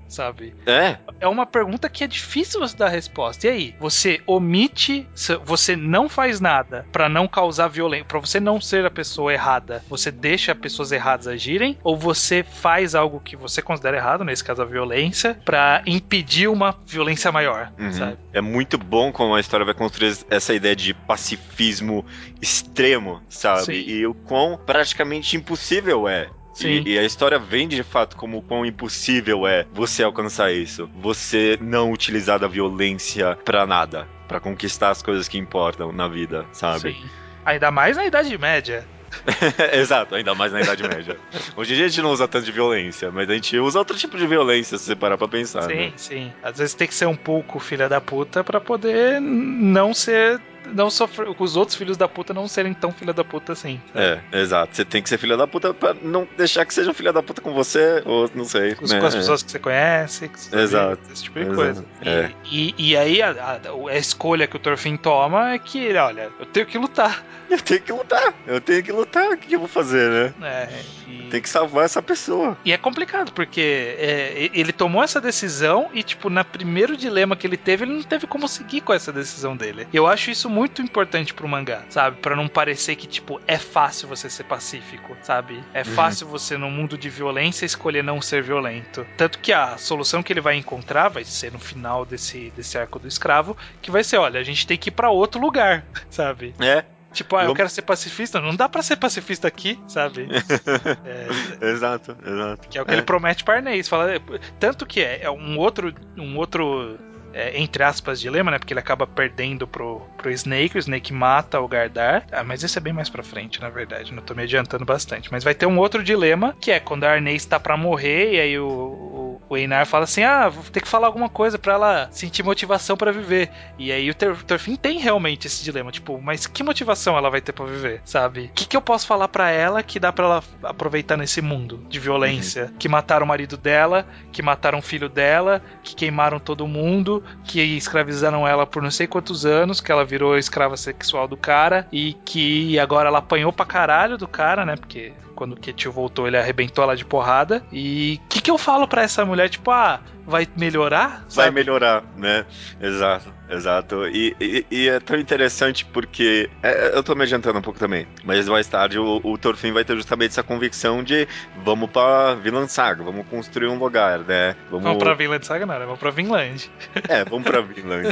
[SPEAKER 2] sabe?
[SPEAKER 1] É.
[SPEAKER 2] É uma pergunta que é difícil você dar resposta. E aí, você omite, você não faz nada pra não causar violência, pra você não ser a pessoa errada, você deixa pessoas erradas agirem, ou você faz algo que você considera errado, nesse caso a violência, pra impedir uma violência maior, sabe?
[SPEAKER 1] É muito bom como a história vai construir essa ideia de pacifismo extremo, sabe?
[SPEAKER 2] Sim.
[SPEAKER 1] E o quão praticamente impossível é.
[SPEAKER 2] Sim.
[SPEAKER 1] E a história vende de fato como o quão impossível é você alcançar isso. Você não utilizar da violência pra nada. Pra conquistar as coisas que importam na vida, sabe?
[SPEAKER 2] Sim. Ainda mais na Idade Média.
[SPEAKER 1] Exato, ainda mais na Idade Média. Hoje em dia a gente não usa tanto de violência, mas a gente usa outro tipo de violência, se você parar pra pensar, né?
[SPEAKER 2] Sim, sim. Às vezes tem que ser um pouco filha da puta pra poder não ser. Não sofrer. Os outros filhos da puta não serem tão filha da puta assim. Sabe?
[SPEAKER 1] Exato. Você tem que ser filha da puta pra não deixar que seja filha da puta com você, ou não sei,
[SPEAKER 2] Com as
[SPEAKER 1] né?
[SPEAKER 2] pessoas que você conhece, com seus
[SPEAKER 1] Exato.
[SPEAKER 2] amigos, esse tipo de coisa.
[SPEAKER 1] Exato.
[SPEAKER 2] E aí a escolha que o Thorfinn toma é que ele, olha, eu tenho que lutar.
[SPEAKER 1] Eu tenho que lutar. Eu tenho que lutar. O que eu vou fazer, né? Tem que salvar essa pessoa.
[SPEAKER 2] E é complicado, porque ele tomou essa decisão e, tipo, no primeiro dilema que ele teve, ele não teve como seguir com essa decisão dele. Eu acho isso muito importante pro mangá, sabe? Pra não parecer que, tipo, é fácil você ser pacífico, sabe? É fácil você, num mundo de violência, escolher não ser violento. Tanto que a solução que ele vai encontrar vai ser no final desse arco do escravo, que vai ser, olha, a gente tem que ir pra outro lugar, sabe? Tipo, eu quero ser pacifista, não dá pra ser pacifista aqui, sabe?
[SPEAKER 1] Exato.
[SPEAKER 2] Que é o que ele promete para Arnês. Fala, tanto que é um outro entre aspas, dilema, né? Porque ele acaba perdendo pro Snake, o Snake mata o Gardar. Mas esse é bem mais pra frente, na verdade. Não tô me adiantando bastante. Mas vai ter um outro dilema, que é quando a Arnês tá pra morrer, e aí o Einar fala assim: vou ter que falar alguma coisa pra ela sentir motivação pra viver. E aí o Thorfinn tem realmente esse dilema, tipo, mas que motivação ela vai ter pra viver, sabe? O que eu posso falar pra ela que dá pra ela aproveitar nesse mundo de violência? Que mataram o marido dela, que mataram o filho dela, que queimaram todo mundo, que escravizaram ela por não sei quantos anos, que ela virou escrava sexual do cara e que agora ela apanhou pra caralho do cara, né? Porque quando o Ketil voltou, ele arrebentou ela de porrada. E o que eu falo pra essa mulher? Tipo, vai melhorar? Sabe?
[SPEAKER 1] Vai melhorar, né? Exato. E é tão interessante porque. Eu tô me adiantando um pouco também. Mas mais tarde o Thorfinn vai ter justamente essa convicção de vamos pra Vinland Saga, vamos construir um lugar, né?
[SPEAKER 2] Vamos pra Vinland Saga, não, né? Vamos pra Vinland.
[SPEAKER 1] Vamos pra Vinland.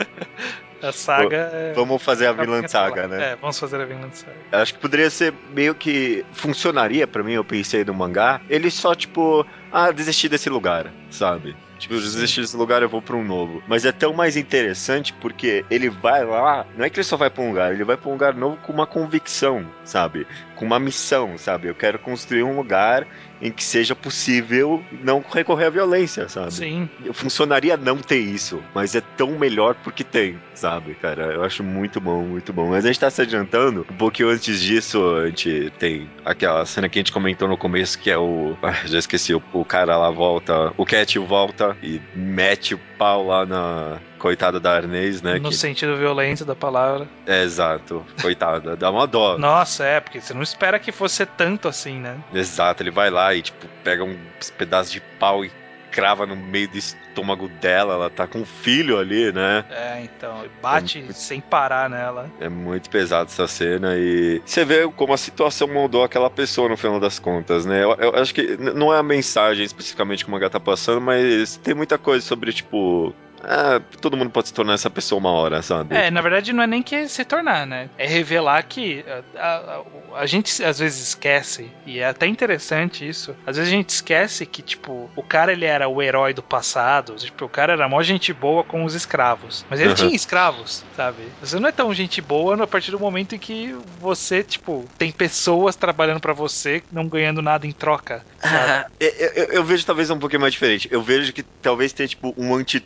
[SPEAKER 2] A saga
[SPEAKER 1] Vamos fazer a Vinland Saga, né?
[SPEAKER 2] Vamos fazer a Vinland Saga.
[SPEAKER 1] Acho que poderia ser meio que. Funcionaria pra mim, eu pensei no mangá. Ele só, tipo, desistir desse lugar, sabe? Tipo, eu desisti desse lugar, eu vou pra um novo. Mas é tão mais interessante porque ele vai lá. Não é que ele só vai pra um lugar, ele vai pra um lugar novo com uma convicção, sabe? Com uma missão, sabe? Eu quero construir um lugar em que seja possível não recorrer à violência, sabe?
[SPEAKER 2] Sim.
[SPEAKER 1] Funcionaria não ter isso, mas é tão melhor porque tem, sabe, cara? Eu acho muito bom, muito bom. Mas a gente tá se adiantando. Um pouquinho antes disso, a gente tem aquela cena que a gente comentou no começo, que é já esqueci, o cara lá volta, o Ketil volta e mete o pau lá na coitada da Arnês, né?
[SPEAKER 2] No sentido violento da palavra.
[SPEAKER 1] Exato, coitada, dá uma dó.
[SPEAKER 2] Nossa, porque você não espera que fosse tanto assim, né?
[SPEAKER 1] Exato, ele vai lá e, tipo, pega um pedaço de pau e crava no meio do estômago dela, ela tá com um filho ali, né?
[SPEAKER 2] Então, bate sem parar nela.
[SPEAKER 1] É muito pesado essa cena e você vê como a situação moldou aquela pessoa no final das contas, né? Eu acho que não é a mensagem especificamente que o mangá tá passando, mas tem muita coisa sobre, tipo, todo mundo pode se tornar essa pessoa uma hora, sabe?
[SPEAKER 2] Na verdade não é nem que se tornar, né? É revelar que a gente às vezes esquece, e é até interessante isso, às vezes a gente esquece que, tipo, o cara ele era o herói do passado, tipo, o cara era mó gente boa com os escravos, mas ele tinha escravos, sabe? Você não é tão gente boa a partir do momento em que você, tipo, tem pessoas trabalhando pra você, não ganhando nada em troca, sabe?
[SPEAKER 1] Eu vejo talvez um pouquinho mais diferente. Eu vejo que talvez tenha, tipo, um anti-Thorfinn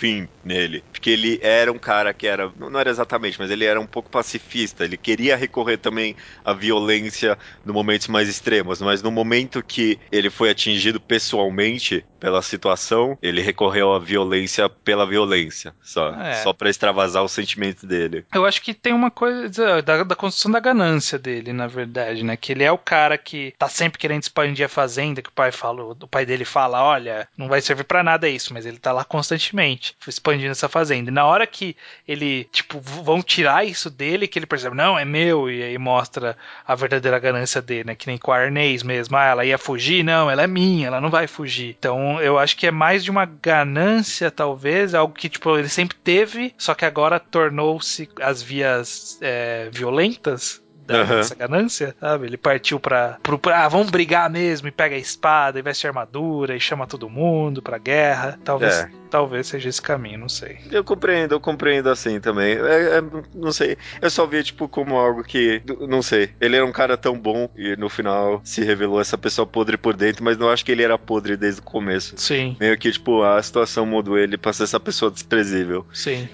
[SPEAKER 1] Thorfinn nele. Porque ele era um cara que era, não era exatamente, mas ele era um pouco pacifista. Ele queria recorrer também à violência no momentos mais extremos, mas no momento que ele foi atingido pessoalmente pela situação, ele recorreu à violência pela violência,
[SPEAKER 2] É.
[SPEAKER 1] só para extravasar os sentimentos dele.
[SPEAKER 2] Eu acho que tem uma coisa da construção da ganância dele, na verdade, né? Que ele é o cara que tá sempre querendo expandir a fazenda, que o pai dele fala, olha, não vai servir pra nada isso, mas ele tá lá constantemente expandindo essa fazenda. E na hora que ele, tipo, vão tirar isso dele, que ele percebe, não, é meu, e aí mostra a verdadeira ganância dele, né? Que nem com a Arnês mesmo, ela ia fugir, não, ela é minha, ela não vai fugir. Então, eu acho que é mais de uma ganância, talvez, algo que, tipo, ele sempre teve, só que agora tornou-se as vias violentas dessa ganância, sabe? Ele partiu vamos brigar mesmo, e pega a espada, e veste a armadura, e chama todo mundo pra guerra. Talvez seja esse caminho, não sei.
[SPEAKER 1] Eu compreendo assim também. Não sei, eu só vi, tipo, como algo que, não sei, ele era um cara tão bom e no final se revelou essa pessoa podre por dentro, mas não acho que ele era podre desde o começo.
[SPEAKER 2] Sim.
[SPEAKER 1] Meio que, tipo, a situação mudou ele pra ser essa pessoa desprezível.
[SPEAKER 2] Sim.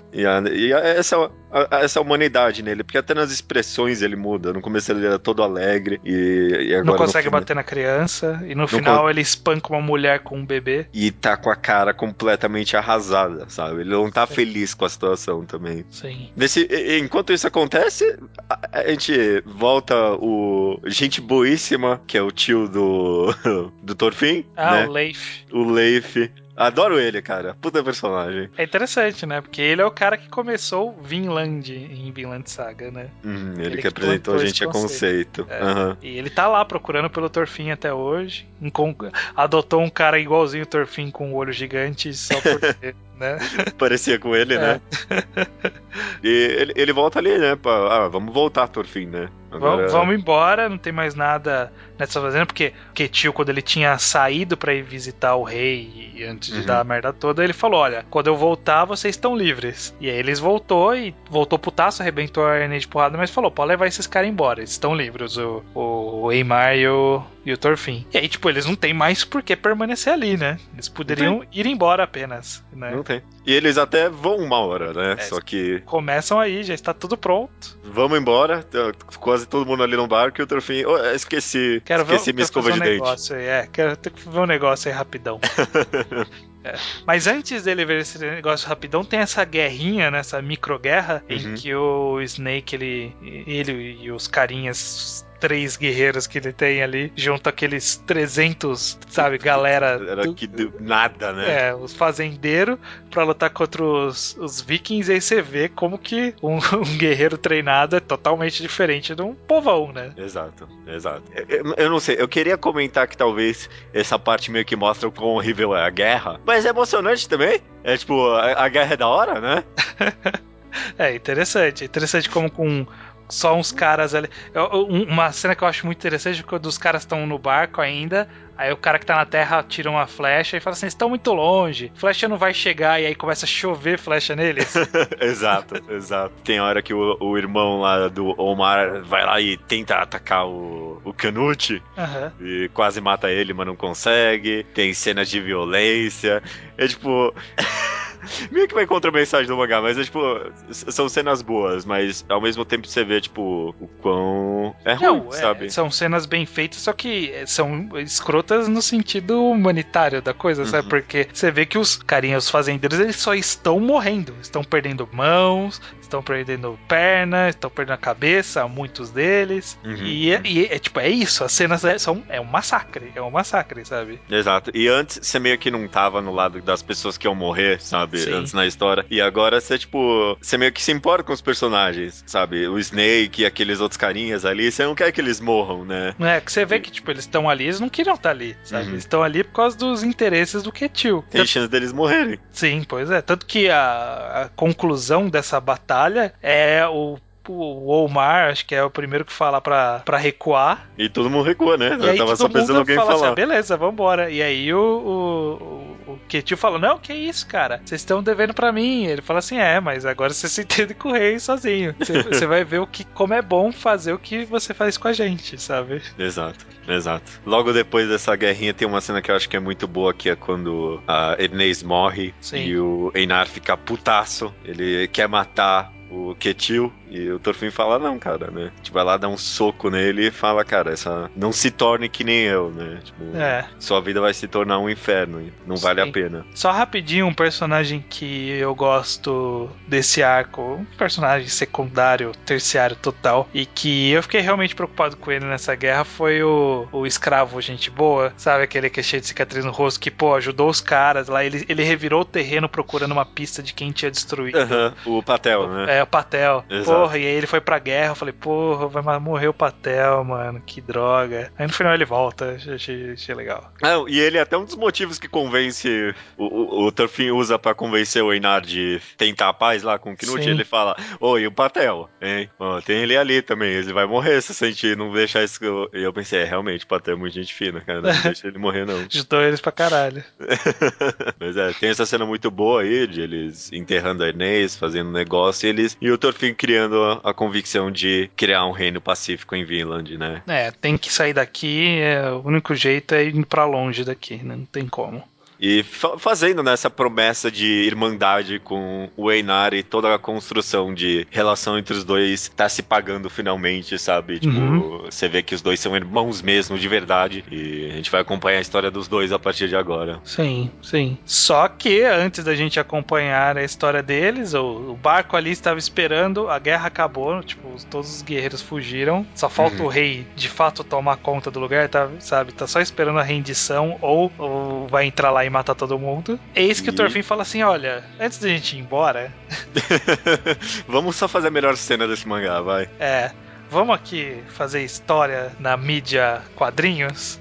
[SPEAKER 1] Essa humanidade nele, porque até nas expressões ele muda. No começo ele era todo alegre e agora
[SPEAKER 2] não consegue bater na criança e no final ele espanca uma mulher com um bebê.
[SPEAKER 1] E tá com a cara completamente arrasada, sabe? Ele não tá feliz com a situação também.
[SPEAKER 2] Sim.
[SPEAKER 1] Enquanto isso acontece, a gente volta o gente boíssima, que é o tio do Thorfinn, né?
[SPEAKER 2] O Leif.
[SPEAKER 1] O Leif. Adoro ele, cara. Puta personagem.
[SPEAKER 2] É interessante, né? Porque ele é o cara que começou Vinland em Vinland Saga, né?
[SPEAKER 1] Ele que apresentou a gente a conceito.
[SPEAKER 2] E ele tá lá procurando pelo Thorfinn até hoje. Adotou um cara igualzinho o Thorfinn com um olho gigante só porque, né?
[SPEAKER 1] Parecia com ele, né? E ele volta ali, né? Vamos voltar, Thorfinn, né?
[SPEAKER 2] Agora... Vamos embora, não tem mais nada nessa fazenda, porque Ketil, quando ele tinha saído pra ir visitar o rei e antes de dar a merda toda, ele falou, olha, quando eu voltar, vocês estão livres. E aí eles voltou putaço, arrebentou a Arnês de porrada, mas falou, pode levar esses caras embora, eles estão livres, o Eymar e o Thorfinn. E aí, tipo, eles não têm mais por que permanecer ali, né? Eles poderiam ir embora apenas, né?
[SPEAKER 1] Não tem. E eles até vão uma hora, né? Só que...
[SPEAKER 2] Começam aí, já está tudo pronto.
[SPEAKER 1] Vamos embora, quase todo mundo ali no barco e o Thorfinn... esqueci minha escova de dente.
[SPEAKER 2] Quero ter que ver um negócio aí rapidão. Mas antes dele ver esse negócio rapidão, tem essa guerrinha, né, essa microguerra, em que o Snake, ele e os carinhas, 3 guerreiros que ele tem ali, junto aqueles 300, sabe, galera...
[SPEAKER 1] Era nada, né?
[SPEAKER 2] Os fazendeiros pra lutar contra os vikings, e aí você vê como que um guerreiro treinado é totalmente diferente de um povão, né?
[SPEAKER 1] Exato. Eu não sei, eu queria comentar que talvez essa parte meio que mostra o quão horrível é a guerra, mas é emocionante também. É tipo, a guerra é da hora, né?
[SPEAKER 2] Interessante como com só uns caras ali. Uma cena que eu acho muito interessante é quando os caras estão no barco ainda. Aí o cara que tá na terra tira uma flecha e fala assim, estão muito longe, flecha não vai chegar, e aí começa a chover flecha neles.
[SPEAKER 1] Exato. Tem hora que o irmão lá do Omar vai lá e tenta atacar o Canute, e quase mata ele, mas não consegue. Tem cenas de violência. É tipo... meio que vai contra a mensagem do mangá, mas é tipo, são cenas boas, mas ao mesmo tempo você vê, tipo, o quão é ruim, sabe?
[SPEAKER 2] São cenas bem feitas, só que são escrotas no sentido humanitário da coisa, sabe? Porque você vê que os fazendeiros, eles só estão morrendo, estão perdendo mãos, estão perdendo perna, estão perdendo a cabeça, muitos deles, e é isso, as cenas é um massacre, sabe?
[SPEAKER 1] Exato, e antes você meio que não tava no lado das pessoas que iam morrer, sabe?
[SPEAKER 2] Sim.
[SPEAKER 1] Antes na história. E agora você meio que se importa com os personagens, sabe? O Snake e aqueles outros carinhas ali, você não quer que eles morram, né?
[SPEAKER 2] Que você vê que, tipo, eles estão ali, eles não queriam estar ali, sabe? Eles estão ali por causa dos interesses do Ketil.
[SPEAKER 1] Tem chance deles morrerem.
[SPEAKER 2] Sim, pois é. Tanto que a conclusão dessa batalha é o Omar, acho que é o primeiro que fala pra recuar.
[SPEAKER 1] E todo mundo recua, né?
[SPEAKER 2] E aí
[SPEAKER 1] tava só pensando alguém
[SPEAKER 2] fala
[SPEAKER 1] falar.
[SPEAKER 2] assim, beleza, vambora. E aí o Ketil fala, não, que isso, cara? Vocês estão devendo pra mim. Ele fala assim, mas agora você se entende com o rei sozinho. Você vai ver como é bom fazer o que você faz com a gente, sabe?
[SPEAKER 1] Exato. Logo depois dessa guerrinha tem uma cena que eu acho que é muito boa, que é quando a Enes morre. Sim. E o Einar fica putaço. Ele quer matar o Ketil, e o Thorfinn fala, não, cara, né? Tipo, vai lá dar um soco nele e fala, cara, não se torne que nem eu, né? Tipo, sua vida vai se tornar um inferno, não Sim. vale a pena.
[SPEAKER 2] Só rapidinho, um personagem que eu gosto desse arco, um personagem secundário, terciário total, e que eu fiquei realmente preocupado com ele nessa guerra, foi o escravo gente boa, sabe? Aquele que é cheio de cicatriz no rosto, que, pô, ajudou os caras lá, ele revirou o terreno procurando uma pista de quem tinha destruído.
[SPEAKER 1] O Patel, né?
[SPEAKER 2] O Patel.
[SPEAKER 1] Exato.
[SPEAKER 2] Porra, e aí ele foi pra guerra, eu falei, porra, vai morrer o Patel, mano, que droga. Aí no final ele volta, achei legal.
[SPEAKER 1] E ele é até um dos motivos que convence, o Thorfinn usa pra convencer o Einar de tentar a paz lá com o Knut. Ele fala, e o Patel, hein? Tem ele ali também, ele vai morrer se a gente não deixar isso. E eu pensei, realmente, o Patel é muito gente fina, cara, não deixa ele morrer não.
[SPEAKER 2] Ajudou eles pra caralho.
[SPEAKER 1] Mas tem essa cena muito boa aí, de eles enterrando a Enes, fazendo negócio, e o Thorfinn criando a convicção de criar um reino pacífico em Vinland, né?
[SPEAKER 2] Tem que sair daqui, o único jeito é ir pra longe daqui, né? Não tem como.
[SPEAKER 1] E fazendo nessa promessa de irmandade com o Einar e toda a construção de relação entre os dois tá se pagando finalmente, sabe? Tipo, você vê que os dois são irmãos mesmo, de verdade. E a gente vai acompanhar a história dos dois a partir de agora.
[SPEAKER 2] Sim. Só que antes da gente acompanhar a história deles, o barco ali estava esperando, a guerra acabou, tipo, todos os guerreiros fugiram. Só falta o rei, de fato, tomar conta do lugar, tá, sabe? Tá só esperando a rendição ou vai entrar lá e matar todo mundo. Eis que o Thorfinn fala assim, olha, antes da gente ir embora...
[SPEAKER 1] Vamos só fazer a melhor cena desse mangá, vai.
[SPEAKER 2] Vamos aqui fazer história na mídia quadrinhos?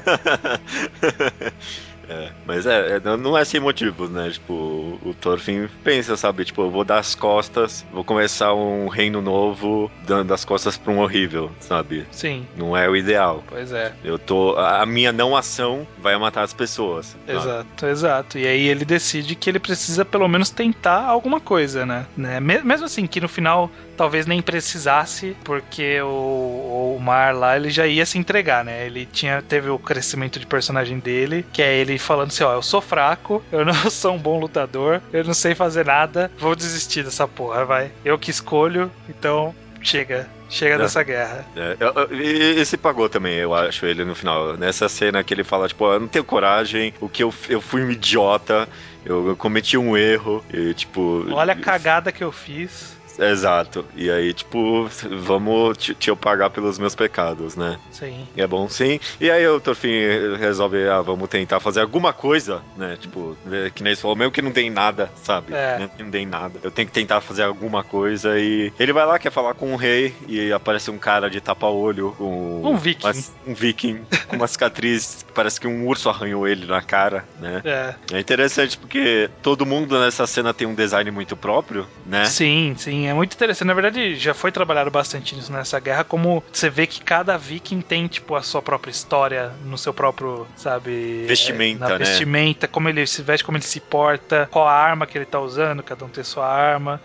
[SPEAKER 1] Mas não é sem motivos, né? Tipo, o Thorfinn pensa, sabe? Tipo, eu vou dar as costas, vou começar um reino novo dando as costas pra um horrível, sabe?
[SPEAKER 2] Sim.
[SPEAKER 1] Não é o ideal.
[SPEAKER 2] Pois é.
[SPEAKER 1] A minha não ação vai matar as pessoas.
[SPEAKER 2] Exato. E aí ele decide que ele precisa pelo menos tentar alguma coisa, né? Mesmo assim, que no final talvez nem precisasse, porque o Mar lá, ele já ia se entregar, né? Ele teve o crescimento de personagem dele, que é ele falando assim, eu sou fraco, eu não sou um bom lutador, eu não sei fazer nada, vou desistir dessa porra, vai. Eu que escolho, então chega dessa guerra.
[SPEAKER 1] E se pagou também, eu acho, ele no final. Nessa cena que ele fala, tipo, eu não tenho coragem, eu fui um idiota, eu cometi um erro, e tipo...
[SPEAKER 2] Olha a cagada que eu fiz.
[SPEAKER 1] Exato. E aí, tipo, vamos te eu pagar pelos meus pecados, né?
[SPEAKER 2] Sim.
[SPEAKER 1] É bom, sim. E aí o Thorfinn resolve, vamos tentar fazer alguma coisa, né? Tipo, que nem você falou, mesmo que não tem nada, sabe? Mesmo que não tem nada. Eu tenho que tentar fazer alguma coisa e... Ele vai lá, quer falar com o rei e aparece um cara de tapa-olho com...
[SPEAKER 2] Um viking.
[SPEAKER 1] Um viking com uma cicatriz que parece que um urso arranhou ele na cara, né? É interessante porque todo mundo nessa cena tem um design muito próprio, né?
[SPEAKER 2] Sim. É muito interessante. Na verdade, já foi trabalhado bastante nisso nessa guerra, como você vê que cada viking tem, tipo, a sua própria história, no seu próprio, sabe...
[SPEAKER 1] Vestimenta,
[SPEAKER 2] na vestimenta, como ele se veste, como ele se porta, qual a arma que ele tá usando, cada um tem sua arma.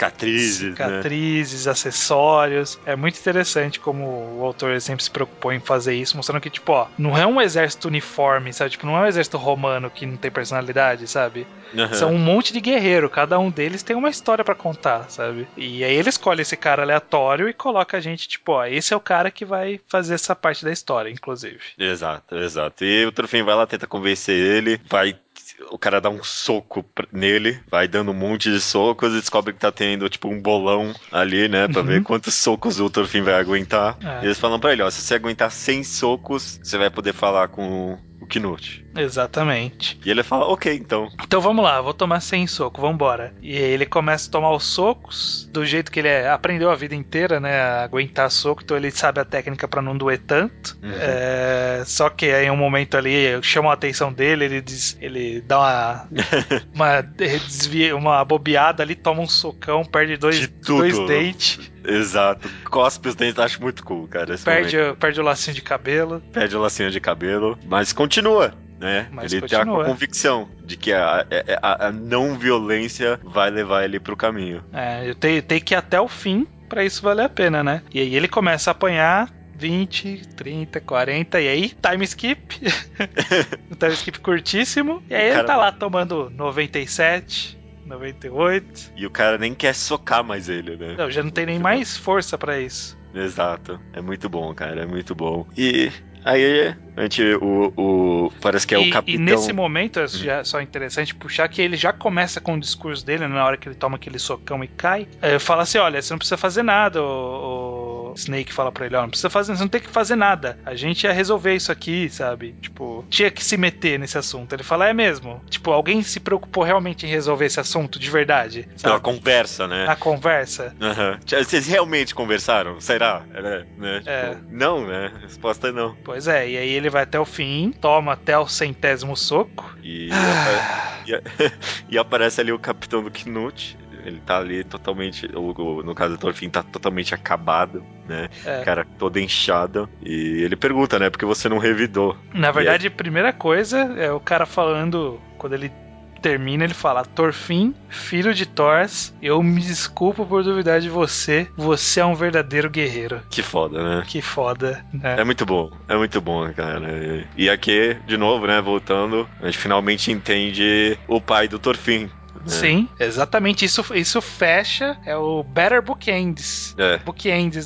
[SPEAKER 2] Cicatrizes, acessórios. É muito interessante como o autor sempre se preocupou em fazer isso, mostrando que, tipo, não é um exército uniforme, sabe? Tipo, não é um exército romano que não tem personalidade, sabe? São um monte de guerreiro, cada um deles tem uma história pra contar, sabe? E aí ele escolhe esse cara aleatório e coloca a gente, tipo, esse é o cara que vai fazer essa parte da história, inclusive.
[SPEAKER 1] Exato. E o Thorfinn vai lá, tenta convencer ele, o cara dá um soco nele, vai dando um monte de socos e descobre que tá tendo, tipo, um bolão ali, né? Pra ver quantos socos o Thorfinn vai aguentar. E eles falam pra ele, se você aguentar 100 socos, você vai poder falar com o Knut.
[SPEAKER 2] Exatamente.
[SPEAKER 1] E ele fala, ok, então.
[SPEAKER 2] Então vamos lá, vou tomar 100 socos, vambora. E aí ele começa a tomar os socos do jeito que ele aprendeu a vida inteira, né? A aguentar soco, então ele sabe a técnica pra não doer tanto. Só que aí em um momento ali chama a atenção dele, ele dá uma bobeada ali, toma um socão, perde dois dentes.
[SPEAKER 1] Exato. Cospe os dentes, acho muito cool, cara.
[SPEAKER 2] Perde o lacinho de cabelo.
[SPEAKER 1] Mas continua. né?
[SPEAKER 2] Mas
[SPEAKER 1] Ele tá com a
[SPEAKER 2] continua.
[SPEAKER 1] convicção de que a não violência vai levar ele pro caminho.
[SPEAKER 2] Eu tenho que ir até o fim pra isso valer a pena, né? E aí ele começa a apanhar 20, 30, 40, e aí time skip. Um time skip curtíssimo. E aí ele tá lá tomando 97, 98.
[SPEAKER 1] E o cara nem quer socar mais ele, né?
[SPEAKER 2] Não, já não tem nem mais força pra isso.
[SPEAKER 1] Exato. É muito bom, cara. É muito bom. E aí, parece que é o capitão.
[SPEAKER 2] E nesse momento, é só interessante puxar que ele já começa com o discurso dele, na hora que ele toma aquele socão e cai. Fala assim: olha, você não precisa fazer nada, o Snake fala pra ele: ó, não precisa fazer, você não tem que fazer nada. A gente ia resolver isso aqui, sabe? Tipo, tinha que se meter nesse assunto. Ele fala: é mesmo. Tipo, alguém se preocupou realmente em resolver esse assunto de verdade, sabe?
[SPEAKER 1] Pela conversa, né?
[SPEAKER 2] A conversa.
[SPEAKER 1] Vocês realmente conversaram? Será? Né? Tipo, não, né? A resposta é não.
[SPEAKER 2] Pois é, e aí ele vai até o fim, toma até o 100º soco.
[SPEAKER 1] E aparece ali o capitão do Knut. Ele tá ali totalmente. No caso do Thorfinn, tá totalmente acabado, né? Cara, todo inchado. E ele pergunta, né? Por que você não revidou?
[SPEAKER 2] Na verdade, a primeira coisa é o cara falando, quando ele termina, ele fala: Thorfinn, filho de Thors, eu me desculpo por duvidar de você. Você é um verdadeiro guerreiro.
[SPEAKER 1] Que foda, né?
[SPEAKER 2] Que foda, né?
[SPEAKER 1] É muito bom, cara. E aqui, de novo, né? Voltando, a gente finalmente entende o pai do Thorfinn.
[SPEAKER 2] Sim, exatamente. Isso fecha. É o Better Bookends. Bookends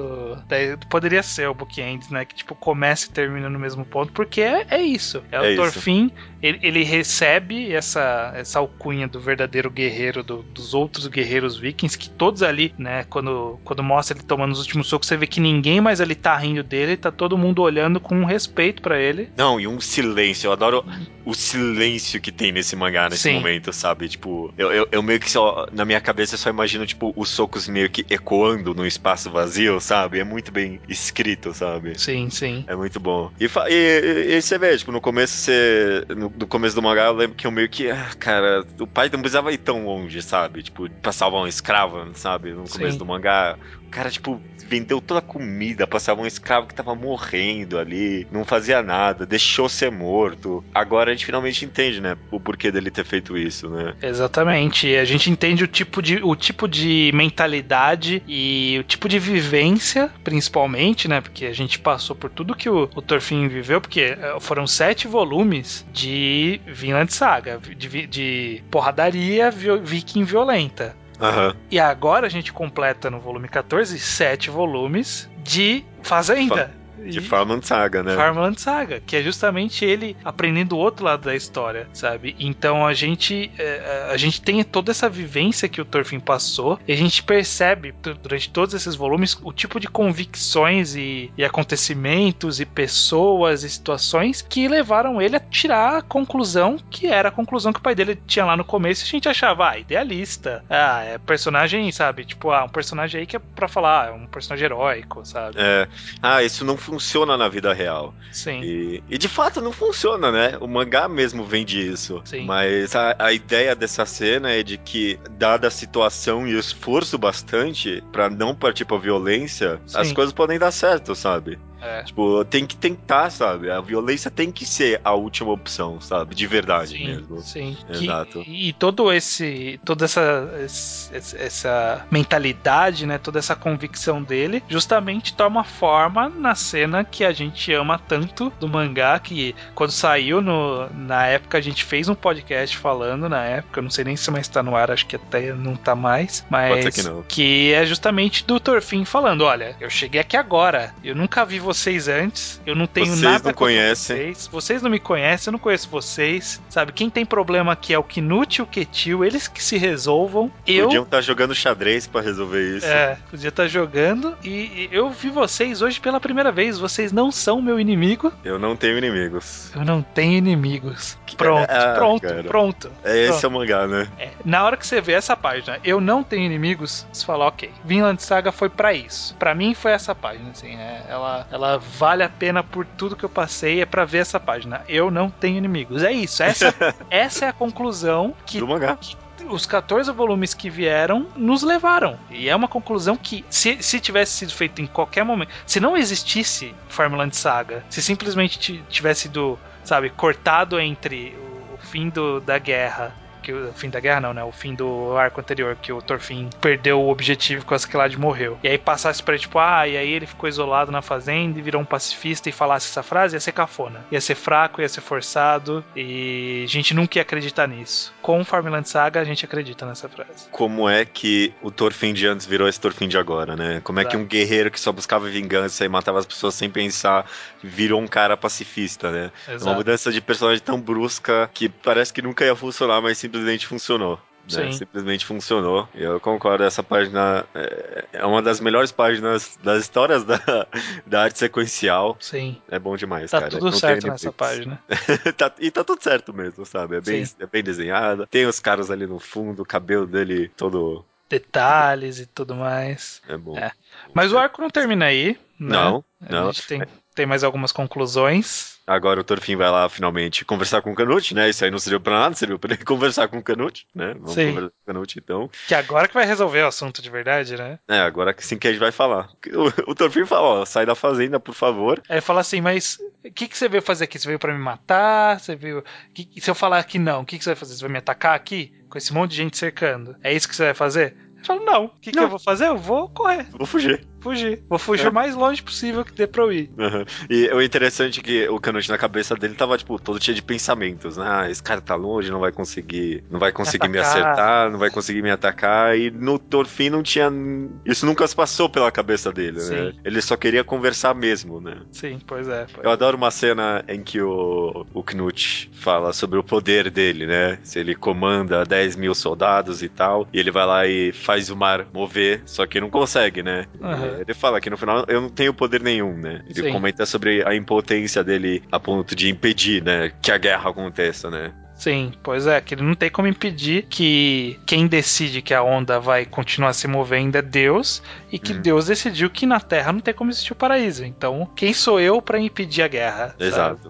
[SPEAKER 2] poderia ser o Bookends, né? Que tipo começa e termina no mesmo ponto, porque é isso. O Thorfinn. Ele recebe essa alcunha do verdadeiro guerreiro, dos outros guerreiros vikings, que todos ali, né? Quando mostra ele tomando os últimos socos, você vê que ninguém mais ali tá rindo dele, tá todo mundo olhando com respeito pra ele.
[SPEAKER 1] Não, e um silêncio. Eu adoro o silêncio que tem nesse mangá nesse momento, sabe? Tipo, eu meio que só, na minha cabeça, eu só imagino, tipo, os socos meio que ecoando no espaço vazio, sabe? É muito bem escrito, sabe?
[SPEAKER 2] Sim, sim.
[SPEAKER 1] É muito bom. E você vê, tipo, no começo no começo do mangá, eu lembro que eu meio que, cara, o pai não precisava ir tão longe, sabe? Tipo, pra salvar um escravo, sabe? No começo do mangá. O cara, tipo, vendeu toda a comida, passava um escravo que tava morrendo ali, não fazia nada, deixou ser morto. Agora a gente finalmente entende, né, o porquê dele ter feito isso, né?
[SPEAKER 2] Exatamente. A gente entende o tipo de mentalidade e o tipo de vivência, principalmente, né? Porque a gente passou por tudo que o Thorfinn viveu, porque foram 7 volumes de Vinland Saga, de porradaria viking violenta. E agora a gente completa no volume 14 7 volumes de Fazenda.
[SPEAKER 1] De Farmland Saga, né?
[SPEAKER 2] Farmland Saga, que é justamente ele aprendendo o outro lado da história, sabe? Então a gente tem toda essa vivência que o Thorfinn passou, e a gente percebe durante todos esses volumes o tipo de convicções e acontecimentos e pessoas e situações que levaram ele a tirar a conclusão que era a conclusão que o pai dele tinha lá no começo, e a gente achava, idealista, é personagem, sabe? Tipo, um personagem aí que é pra falar, é um personagem heróico, sabe?
[SPEAKER 1] Isso não funciona na vida real.
[SPEAKER 2] Sim.
[SPEAKER 1] E de fato não funciona, né? O mangá mesmo vende isso.
[SPEAKER 2] Sim.
[SPEAKER 1] Mas a ideia dessa cena é de que, dada a situação e o esforço bastante pra não partir pra violência, as coisas podem dar certo, sabe? Tipo, tem que tentar, sabe? A violência tem que ser a última opção, sabe? De verdade mesmo.
[SPEAKER 2] Sim.
[SPEAKER 1] Exato.
[SPEAKER 2] E toda essa mentalidade, né? Toda essa convicção dele, justamente toma forma na cena que a gente ama tanto do mangá, que quando saiu na época a gente fez um podcast falando na época, não sei nem se mais tá no ar, acho que até não tá mais, mas
[SPEAKER 1] Pode ser que não.
[SPEAKER 2] Que é justamente do Thorfinn falando, olha, eu cheguei aqui agora, eu nunca vi vocês antes, eu não tenho nada contra vocês não me conhecem, eu não conheço vocês, sabe? Quem tem problema aqui é o Knut e o Ketil, eles que se resolvam.
[SPEAKER 1] Podiam estar jogando xadrez pra resolver isso.
[SPEAKER 2] Podia estar jogando, e eu vi vocês hoje pela primeira vez, vocês não são meu inimigo.
[SPEAKER 1] Eu não tenho inimigos.
[SPEAKER 2] Eu não tenho inimigos. Pronto.
[SPEAKER 1] Esse é o mangá, né?
[SPEAKER 2] Na hora que você vê essa página, eu não tenho inimigos, você fala, ok, Vinland Saga foi pra isso. Pra mim foi essa página, assim, ela vale a pena por tudo que eu passei, é pra ver essa página. Eu não tenho inimigos. É isso, essa é a conclusão
[SPEAKER 1] do mangá.
[SPEAKER 2] os 14 volumes que vieram nos levaram. E é uma conclusão que, se tivesse sido feito em qualquer momento, se não existisse Farmland Saga, se simplesmente tivesse sido, sabe, cortado entre o fim da guerra, o fim da guerra não, né? O fim do arco anterior, que o Thorfinn perdeu o objetivo que o Askeladd morreu. E aí passasse pra ele, tipo, e aí ele ficou isolado na fazenda e virou um pacifista e falasse essa frase, ia ser cafona. Ia ser fraco, ia ser forçado e a gente nunca ia acreditar nisso. Com Farmland Saga, a gente acredita nessa frase.
[SPEAKER 1] Como é que o Thorfinn de antes virou esse Thorfinn de agora, né? Como é que um guerreiro que só buscava vingança e matava as pessoas sem pensar virou um cara pacifista, né?
[SPEAKER 2] Exato.
[SPEAKER 1] É uma mudança de personagem tão brusca que parece que nunca ia funcionar, mas simplesmente funcionou. Né? Simplesmente funcionou. Eu concordo, essa página é uma das melhores páginas das histórias da arte sequencial.
[SPEAKER 2] Sim.
[SPEAKER 1] É bom demais,
[SPEAKER 2] tá
[SPEAKER 1] cara.
[SPEAKER 2] Tudo
[SPEAKER 1] não
[SPEAKER 2] certo
[SPEAKER 1] tem
[SPEAKER 2] nessa página.
[SPEAKER 1] E tá tudo certo mesmo, sabe? É bem desenhada. Tem os caras ali no fundo, o cabelo dele todo...
[SPEAKER 2] Detalhes e tudo mais.
[SPEAKER 1] É bom.
[SPEAKER 2] Mas o arco não termina aí, né?
[SPEAKER 1] Não.
[SPEAKER 2] A gente tem mais algumas conclusões.
[SPEAKER 1] Agora o Thorfinn vai lá finalmente conversar com o Canute, né? Isso aí não serviu pra nada, serviu pra ele conversar com o Canute, né? Vamos conversar com o Canute então.
[SPEAKER 2] Que agora que vai resolver o assunto de verdade, né?
[SPEAKER 1] Agora que sim que a gente vai falar. O Thorfinn fala, sai da fazenda, por favor.
[SPEAKER 2] Aí fala assim, mas o que você veio fazer aqui? Você veio pra me matar? Você veio... Se eu falar que não, o que você vai fazer? Você vai me atacar aqui? Com esse monte de gente cercando? É isso que você vai fazer? Eu falo, não. O que eu vou fazer? Eu vou correr.
[SPEAKER 1] Vou fugir.
[SPEAKER 2] Vou fugir o mais longe possível que dê pra eu ir.
[SPEAKER 1] Uhum. E o interessante é que o Canute na cabeça dele tava, tipo, todo cheio de pensamentos, né? Esse cara tá longe, não vai conseguir me acertar, não vai conseguir me atacar. E no Thorfinn não tinha... Isso nunca se passou pela cabeça dele, né? Ele só queria conversar mesmo, né?
[SPEAKER 2] Sim, pois é.
[SPEAKER 1] Eu adoro uma cena em que o Knut fala sobre o poder dele, né? Se ele comanda 10 mil soldados e tal, e ele vai lá e faz o mar mover, só que não consegue, né?
[SPEAKER 2] Uhum.
[SPEAKER 1] Ele fala que no final eu não tenho poder nenhum, né? Ele comenta sobre a impotência dele a ponto de impedir, né? Que a guerra aconteça, né?
[SPEAKER 2] Sim, pois é, que ele não tem como impedir que quem decide que a onda vai continuar se movendo é Deus, e que Deus decidiu que na Terra não tem como existir o paraíso. Então, quem sou eu pra impedir a guerra?
[SPEAKER 1] Exato.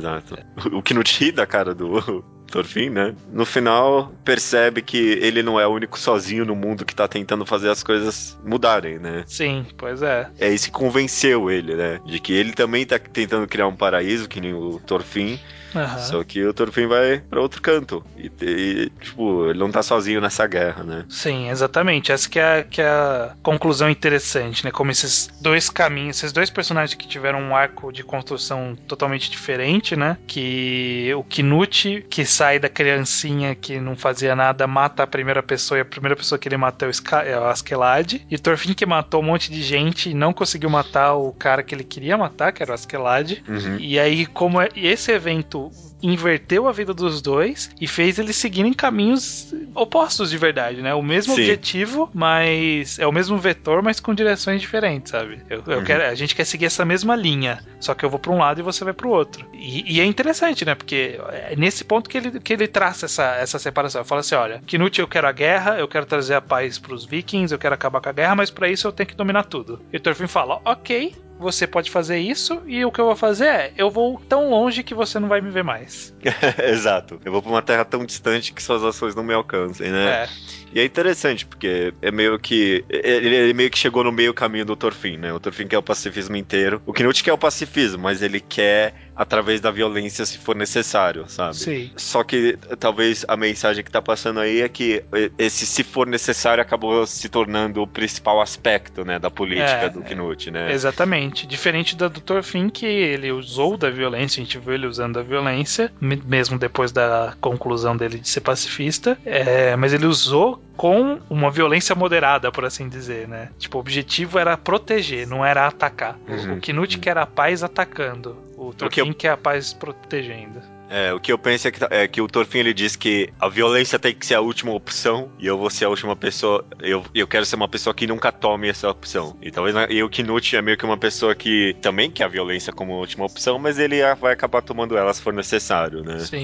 [SPEAKER 1] O Knut ri da cara do Thorfinn, né? No final, percebe que ele não é o único sozinho no mundo que tá tentando fazer as coisas mudarem, né?
[SPEAKER 2] Sim, pois é.
[SPEAKER 1] É isso que convenceu ele, né? De que ele também tá tentando criar um paraíso, que nem o Thorfinn.
[SPEAKER 2] Uhum.
[SPEAKER 1] Só que o Thorfinn vai pra outro canto. E, tipo, ele não tá sozinho nessa guerra, né?
[SPEAKER 2] Sim, exatamente. Essa que é a conclusão interessante, né? Como esses dois caminhos, esses dois personagens que tiveram um arco de construção totalmente diferente, né? Que o Knut, que sai da criancinha que não fazia nada, mata a primeira pessoa, e a primeira pessoa que ele mata é o Askeladd. E o Thorfinn, que matou um monte de gente e não conseguiu matar o cara que ele queria matar, que era o Askeladd.
[SPEAKER 1] Uhum.
[SPEAKER 2] E aí, como esse evento inverteu a vida dos dois e fez eles seguirem caminhos opostos de verdade, né? O mesmo objetivo, mas é o mesmo vetor, mas com direções diferentes, sabe? A gente quer seguir essa mesma linha, só que eu vou para um lado e você vai para o outro. E é interessante, né? Porque é nesse ponto que ele traça essa separação. Fala assim, olha, Knut, eu quero a guerra, eu quero trazer a paz para os vikings, eu quero acabar com a guerra, mas para isso eu tenho que dominar tudo. E Thorfinn fala, ok, você pode fazer isso, e o que eu vou fazer é, eu vou tão longe que você não vai me ver mais.
[SPEAKER 1] Exato. Eu vou pra uma terra tão distante que suas ações não me alcancem, né? E é interessante, porque é meio que... Ele meio que chegou no meio caminho do Thorfinn, né? O Thorfinn quer o pacifismo inteiro. O Knut quer o pacifismo, mas ele quer através da violência se for necessário, sabe?
[SPEAKER 2] Sim.
[SPEAKER 1] Só que talvez a mensagem que tá passando aí é que esse se for necessário acabou se tornando o principal aspecto, né, da política do Knut, né?
[SPEAKER 2] Exatamente. Diferente do Thorfinn, que ele usou da violência, a gente viu ele usando a violência, mesmo depois da conclusão dele de ser pacifista, mas ele usou com uma violência moderada, por assim dizer, né? Tipo, o objetivo era proteger, não era atacar. O Knut quer a paz atacando, o Thorfinn quer a paz protegendo.
[SPEAKER 1] O que eu penso é que o Thorfinn ele diz que a violência tem que ser a última opção e eu vou ser a última pessoa. Eu quero ser uma pessoa que nunca tome essa opção. E talvez o Knut é meio que uma pessoa que também quer a violência como última opção, mas ele vai acabar tomando ela se for necessário, né?
[SPEAKER 2] Sim.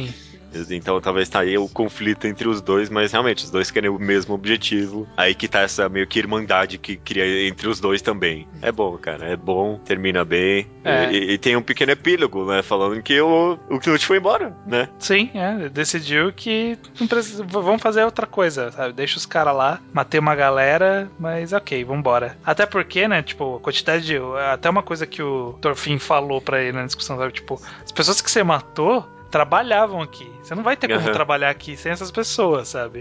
[SPEAKER 1] Então talvez tá aí o conflito entre os dois, mas realmente os dois querem o mesmo objetivo. Aí que tá essa meio que irmandade que cria entre os dois também. É bom, cara, é bom, termina bem. E tem um pequeno epílogo, né? Falando que o Knut foi embora, né?
[SPEAKER 2] Sim, decidiu que não precisa, vamos fazer outra coisa, sabe? Deixa os caras lá, matei uma galera, mas ok, vambora. Até porque, né, tipo, a quantidade de... Até uma coisa que o Thorfinn falou pra ele na discussão, sabe? Tipo, as pessoas que você matou trabalhavam aqui. Você não vai ter como trabalhar aqui sem essas pessoas, sabe?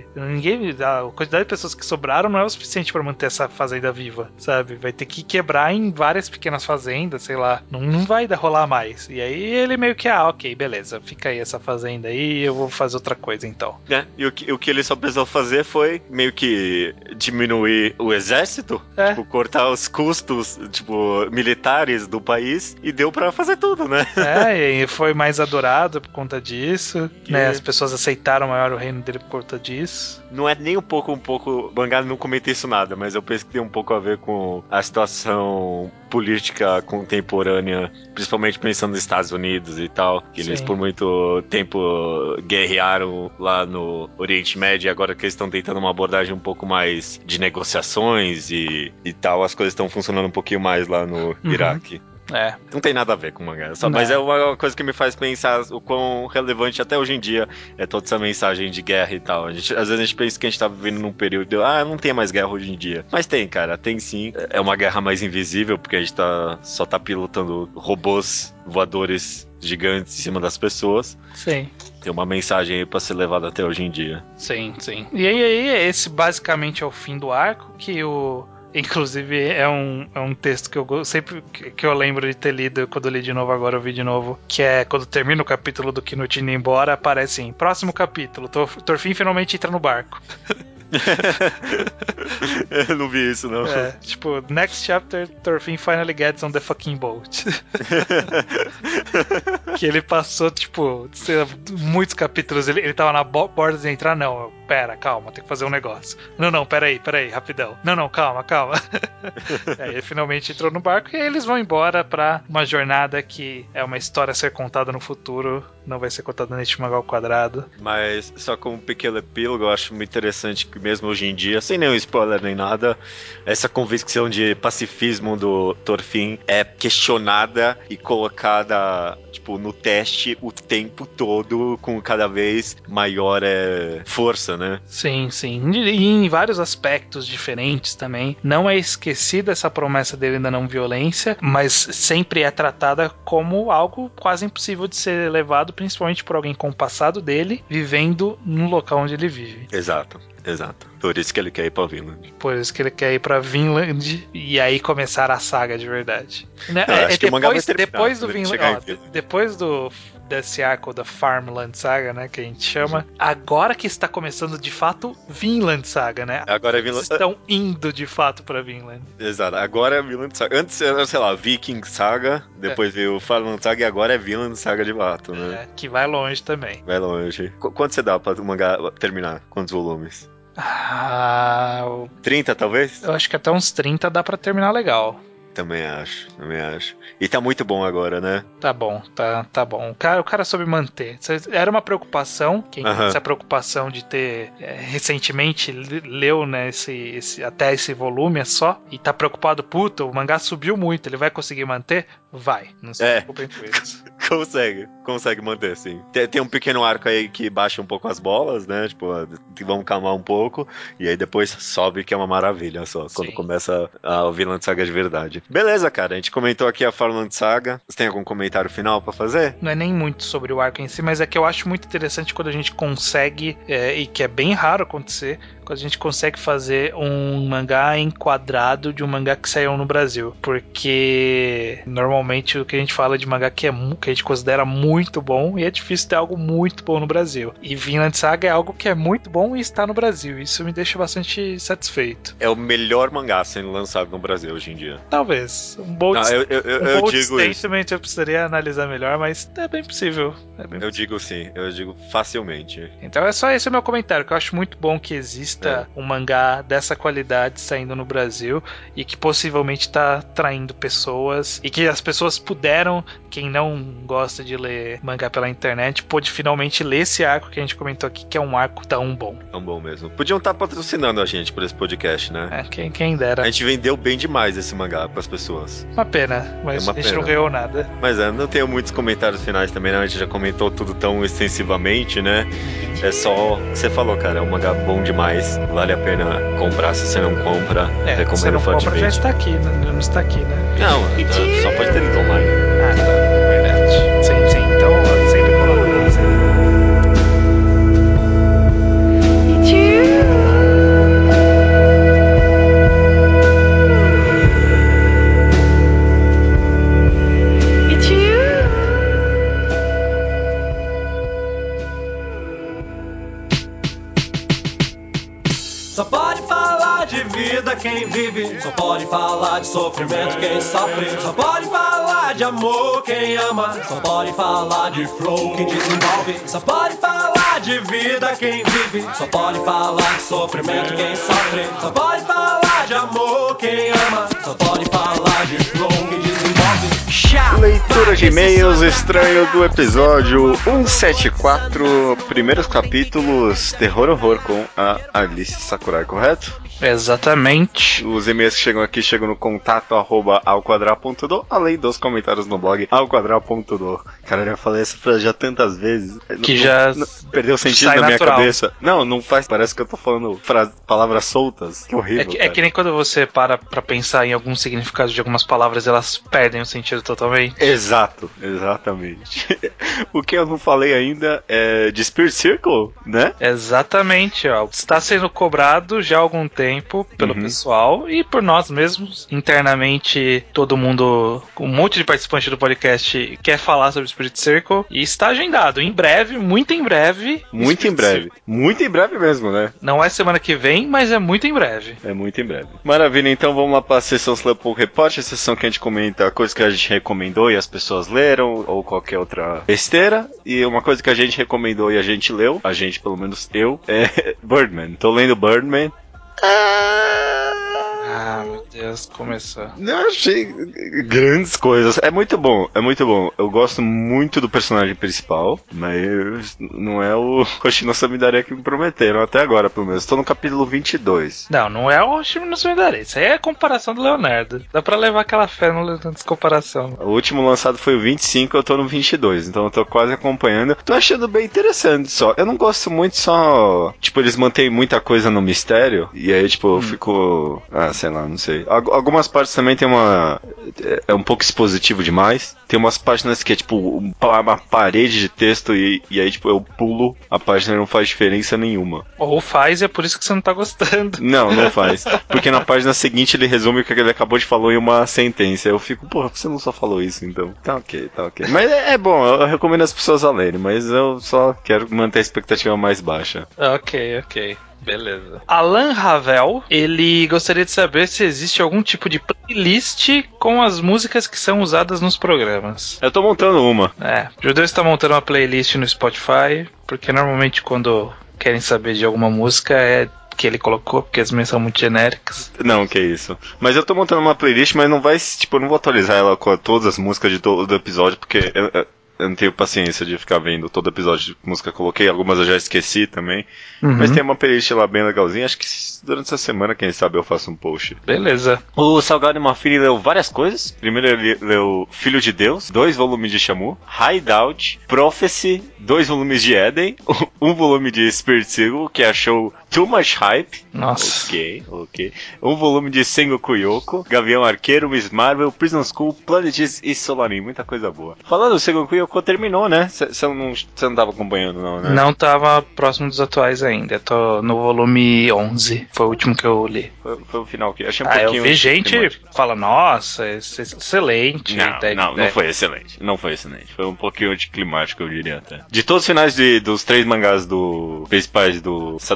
[SPEAKER 2] A quantidade de pessoas que sobraram não é o suficiente pra manter essa fazenda viva, sabe? Vai ter que quebrar em várias pequenas fazendas, sei lá. Não vai rolar mais. E aí ele meio que, ok, beleza, fica aí essa fazenda aí, eu vou fazer outra coisa então.
[SPEAKER 1] E o que ele só precisou fazer foi meio que diminuir o exército, tipo, cortar os custos, tipo, militares do país e deu pra fazer tudo, né?
[SPEAKER 2] E foi mais adorado por conta disso, né? As pessoas aceitaram maior o reino dele por conta disso.
[SPEAKER 1] Não é nem um pouco, o mangá não comenta isso nada, mas eu penso que tem um pouco a ver com a situação política contemporânea, principalmente pensando nos Estados Unidos e tal, que eles por muito tempo guerrearam lá no Oriente Médio, e agora que eles estão tentando uma abordagem um pouco mais de negociações e tal, as coisas estão funcionando um pouquinho mais lá no Iraque. Não tem nada a ver com o mangá, mas é uma coisa que me faz pensar o quão relevante até hoje em dia é toda essa mensagem de guerra e tal. Às vezes a gente pensa que a gente tá vivendo num período de, não tem mais guerra hoje em dia. Mas tem, cara, tem sim. É uma guerra mais invisível, porque a gente só tá pilotando robôs voadores gigantes em cima das pessoas.
[SPEAKER 2] Sim.
[SPEAKER 1] Tem uma mensagem aí pra ser levada até hoje em dia.
[SPEAKER 2] Sim. E aí esse basicamente é o fim do arco, que inclusive é um texto que eu sempre que eu lembro de ter lido, quando eu li de novo agora, eu vi de novo, que é quando termina o capítulo do Knut indo embora, aparece assim, próximo capítulo, Thorfinn finalmente entra no barco.
[SPEAKER 1] Eu não vi isso, não.
[SPEAKER 2] Tipo, next chapter, Thorfinn finally gets on the fucking boat. Que ele passou, tipo, muitos capítulos, ele tava na borda de entrar, não, pera, calma, tem que fazer um negócio. Não, peraí, rapidão. Não, calma. Aí ele finalmente entrou no barco e aí eles vão embora pra uma jornada que é uma história a ser contada no futuro, não vai ser contada neste mangá ao quadrado.
[SPEAKER 1] Mas só como um pequeno epílogo, eu acho muito interessante que mesmo hoje em dia, sem nenhum spoiler nem nada, essa convicção de pacifismo do Thorfinn é questionada e colocada, tipo, no teste o tempo todo, com cada vez maior força, né?
[SPEAKER 2] Sim. E em vários aspectos diferentes também. Não é esquecida essa promessa dele da não violência, mas sempre é tratada como algo quase impossível de ser levado, principalmente por alguém com o passado dele, vivendo no local onde ele vive.
[SPEAKER 1] Exato. Por isso que ele quer ir pra Vinland.
[SPEAKER 2] Por isso que ele quer ir pra Vinland e aí começar a saga de verdade.
[SPEAKER 1] Acho que o mangá vai terminar,
[SPEAKER 2] depois do Vinland, depois desse arco da Farmland Saga, né, que a gente chama, agora que está começando de fato Vinland Saga, né?
[SPEAKER 1] Agora é Vinland.
[SPEAKER 2] Estão indo de fato pra Vinland.
[SPEAKER 1] Exato, agora é Vinland Saga. Antes era, sei lá, Viking Saga, depois veio Farmland Saga e agora é Vinland Saga de fato, né?
[SPEAKER 2] Que vai longe também.
[SPEAKER 1] Vai longe. Quanto você dá pra o mangá terminar? Quantos volumes? 30, talvez?
[SPEAKER 2] Eu acho que até uns 30 dá pra terminar legal.
[SPEAKER 1] Também acho. E tá muito bom agora, né?
[SPEAKER 2] Tá bom, tá bom. O cara soube manter. Era uma preocupação, essa preocupação de ter recentemente leu, né, até esse volume só, e tá preocupado, puta, o mangá subiu muito, ele vai conseguir manter? Vai, não se preocupem com isso.
[SPEAKER 1] Consegue manter, sim. Tem um pequeno arco aí que baixa um pouco as bolas, né? Tipo, vamos calmar um pouco, e aí depois sobe, que é uma maravilha só, quando começa a Vinland Saga de verdade. Beleza, cara, a gente comentou aqui a Farmland Saga. Você tem algum comentário final pra fazer?
[SPEAKER 2] Não é nem muito sobre o arco em si, mas é que eu acho muito interessante quando a gente consegue, e que é bem raro acontecer, quando a gente consegue fazer um mangá enquadrado de um mangá que saiu no Brasil. Porque normalmente o que a gente fala de mangá que a gente considera muito bom, e é difícil ter algo muito bom no Brasil. E Vinland Saga é algo que é muito bom e está no Brasil. Isso me deixa bastante satisfeito.
[SPEAKER 1] É o melhor mangá sendo lançado no Brasil hoje em dia.
[SPEAKER 2] Talvez. Um bold
[SPEAKER 1] digo
[SPEAKER 2] statement eu precisaria analisar melhor, mas é bem possível.
[SPEAKER 1] Eu digo sim, eu digo facilmente.
[SPEAKER 2] Então é só esse o meu comentário, que eu acho muito bom que exista um mangá dessa qualidade saindo no Brasil e que possivelmente está atraindo pessoas e que as pessoas puderam, quem não gosta de ler mangá pela internet pôde finalmente ler esse arco que a gente comentou aqui, que é um arco tão bom.
[SPEAKER 1] Tão bom mesmo. Podiam estar patrocinando a gente por esse podcast, né?
[SPEAKER 2] Quem dera.
[SPEAKER 1] A gente vendeu bem demais esse mangá pras pessoas.
[SPEAKER 2] Uma pena, mas a gente não ganhou nada.
[SPEAKER 1] Mas não tenho muitos comentários finais também, né? A gente já comentou tudo tão extensivamente, né? É só o que você falou, cara. É um mangá bom demais. Vale a pena comprar. Se você não compra, recomendo
[SPEAKER 2] você não
[SPEAKER 1] fortemente.
[SPEAKER 2] Compra, já está aqui, não está aqui, né?
[SPEAKER 1] Não, só pode ter lido online.
[SPEAKER 2] Ah, tá. Verdade. Sim. Então, sempre coloca lá.
[SPEAKER 3] Só pode falar de vida quem vive, só pode falar de sofrimento quem sofre, só pode falar de amor quem ama, só pode falar de flow quem desenvolve, só pode falar de vida quem vive, só pode falar de sofrimento quem sofre, só pode falar de amor quem ama, só pode falar de flow quem desenvolve.
[SPEAKER 1] Leitura de e-mails estranho do episódio 174, primeiros capítulos, terror horror com a Alice Sakurai, correto?
[SPEAKER 2] Exatamente.
[SPEAKER 1] Os e-mails que chegam aqui chegam no contato@alquadrado.do, além dos comentários no blog alquadrado.do. Cara, eu já falei essa frase já tantas vezes.
[SPEAKER 2] Que já
[SPEAKER 1] perdeu o sentido na minha cabeça. Não faz, parece que eu tô falando palavras soltas. Que horrível,
[SPEAKER 2] é que nem quando você para pra pensar em alguns significados de algumas palavras, elas perdem o sentido totalmente.
[SPEAKER 1] Exatamente. O que eu não falei ainda é de Spirit Circle, né?
[SPEAKER 2] Exatamente, ó. Está sendo cobrado já há algum tempo pelo pessoal e por nós mesmos. Internamente, todo mundo, um monte de participantes do podcast quer falar sobre Spirit Circle e está agendado em breve, muito em breve.
[SPEAKER 1] Muito em breve. Muito em breve mesmo, né?
[SPEAKER 2] Não é semana que vem, mas é muito em breve.
[SPEAKER 1] É muito em breve. Maravilha, então vamos lá para a sessão Slowpoke Report, a sessão que a gente comenta coisas que a gente recomendou e as pessoas leram, ou qualquer outra besteira. E uma coisa que a gente recomendou e a gente leu, a gente, pelo menos eu, é Birdman. Tô lendo Birdman.
[SPEAKER 2] Ah, meu Deus, começou.
[SPEAKER 1] Eu achei grandes coisas. É muito bom, é muito bom. Eu gosto muito do personagem principal, mas não é o Hoshino Samidare que me prometeram até agora, pelo menos. Estou no capítulo 22.
[SPEAKER 2] Não é o Hoshino Samidare. Isso aí é a comparação do Leonardo. Dá pra levar aquela fé nessa comparação.
[SPEAKER 1] O último lançado foi o 25, eu tô no 22, então eu tô quase acompanhando. Tô achando bem interessante só. Eu não gosto muito só... Tipo, eles mantêm muita coisa no mistério, e aí, tipo, eu fico... sei lá, não sei. Algumas partes também tem uma... É um pouco expositivo demais. Tem umas páginas que é tipo uma parede de texto e aí tipo eu pulo, a página não faz diferença nenhuma.
[SPEAKER 2] Ou faz e é por isso que você não tá gostando.
[SPEAKER 1] Não faz. Porque na página seguinte ele resume o que ele acabou de falar em uma sentença. Eu fico, porra, você não só falou isso então? Tá ok. Mas é bom, eu recomendo as pessoas a lerem, mas eu só quero manter a expectativa mais baixa.
[SPEAKER 2] Ok. Beleza. Alan Ravel, ele gostaria de saber se existe algum tipo de playlist com as músicas que são usadas nos programas.
[SPEAKER 1] Eu tô montando uma.
[SPEAKER 2] O Judeu está montando uma playlist no Spotify, porque normalmente quando querem saber de alguma música é que ele colocou, porque as minhas são muito genéricas.
[SPEAKER 1] Não, que isso. Mas eu tô montando uma playlist, mas não vai, tipo, eu não vou atualizar ela com todas as músicas de todo episódio, porque eu não tenho paciência de ficar vendo todo episódio de música que eu coloquei. Algumas eu já esqueci também. Mas tem uma playlist lá bem legalzinha. Acho que durante essa semana, quem sabe, eu faço um post.
[SPEAKER 2] Beleza.
[SPEAKER 1] O Salgado Mafini leu várias coisas. Primeiro ele leu Filho de Deus, 2 volumes de Shamu, Hideout, Prophecy, 2 volumes de Eden, 1 volume de Spirit Circle, que achou Too Much Hype.
[SPEAKER 2] Nossa.
[SPEAKER 1] Ok. 1 volume de Sengoku Yoko, Gavião Arqueiro, Miss Marvel, Prison School, Planets e Solanin. Muita coisa boa. Falando do Sengoku Yoko, terminou, né? Você não tava acompanhando, não, né?
[SPEAKER 2] Não tava próximo dos atuais ainda. Tô no volume 11. Foi o último que eu li.
[SPEAKER 1] Foi o final que achei um pouquinho...
[SPEAKER 2] eu vi gente fala, nossa, excelente.
[SPEAKER 1] Não foi excelente. Não foi excelente. Foi um pouquinho anticlimático, eu diria até. De todos os finais dos 3 mangás principais do Satoshi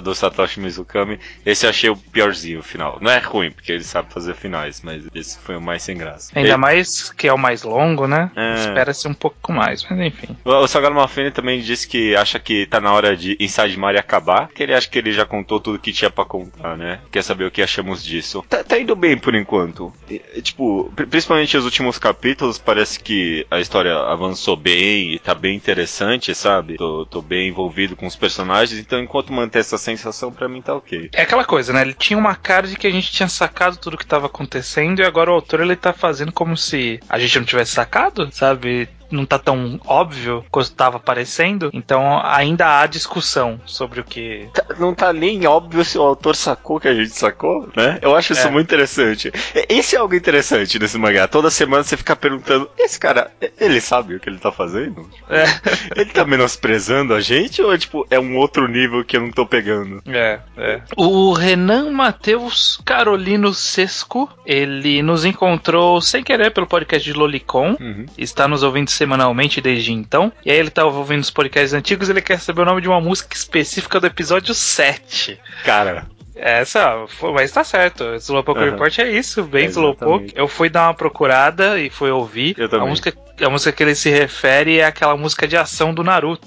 [SPEAKER 1] Takashi Mizukami. Esse eu achei o piorzinho, o final. Não é ruim, porque ele sabe fazer finais, mas esse foi o mais sem graça.
[SPEAKER 2] Ainda mais que é o mais longo, né?
[SPEAKER 1] É.
[SPEAKER 2] Espera-se um pouco mais, mas enfim.
[SPEAKER 1] O Sagalo Malfini também disse que acha que tá na hora de Inside Mario acabar, que ele acha que ele já contou tudo que tinha pra contar, né? Quer saber o que achamos disso. Tá indo bem por enquanto. Tipo, principalmente os últimos capítulos, parece que a história avançou bem e tá bem interessante, sabe? Tô bem envolvido com os personagens, então enquanto manter essa sensação, pra mim tá ok.
[SPEAKER 2] É aquela coisa, né? Ele tinha uma cara de que a gente tinha sacado tudo que tava acontecendo e agora o autor ele tá fazendo como se a gente não tivesse sacado, sabe? Não tá tão óbvio quanto estava parecendo, então ainda há discussão sobre o que...
[SPEAKER 1] Não tá nem óbvio se o autor sacou que a gente sacou, né? Eu acho isso muito interessante. Esse é algo interessante nesse mangá. Toda semana você fica perguntando, esse cara, ele sabe o que ele tá fazendo? Ele tá menosprezando a gente ou tipo, é um outro nível que eu não tô pegando?
[SPEAKER 2] O Renan Matheus Carolino Sesco, ele nos encontrou sem querer pelo podcast de Lolicon, está nos ouvindo semanalmente desde então, e aí ele tá ouvindo os podcasts antigos e ele quer saber o nome de uma música específica do episódio 7.
[SPEAKER 1] Cara...
[SPEAKER 2] mas tá certo. Slowpoke Report é isso, bem Slowpoke. Eu fui dar uma procurada e fui ouvir. A música que ele se refere é aquela música de ação do Naruto.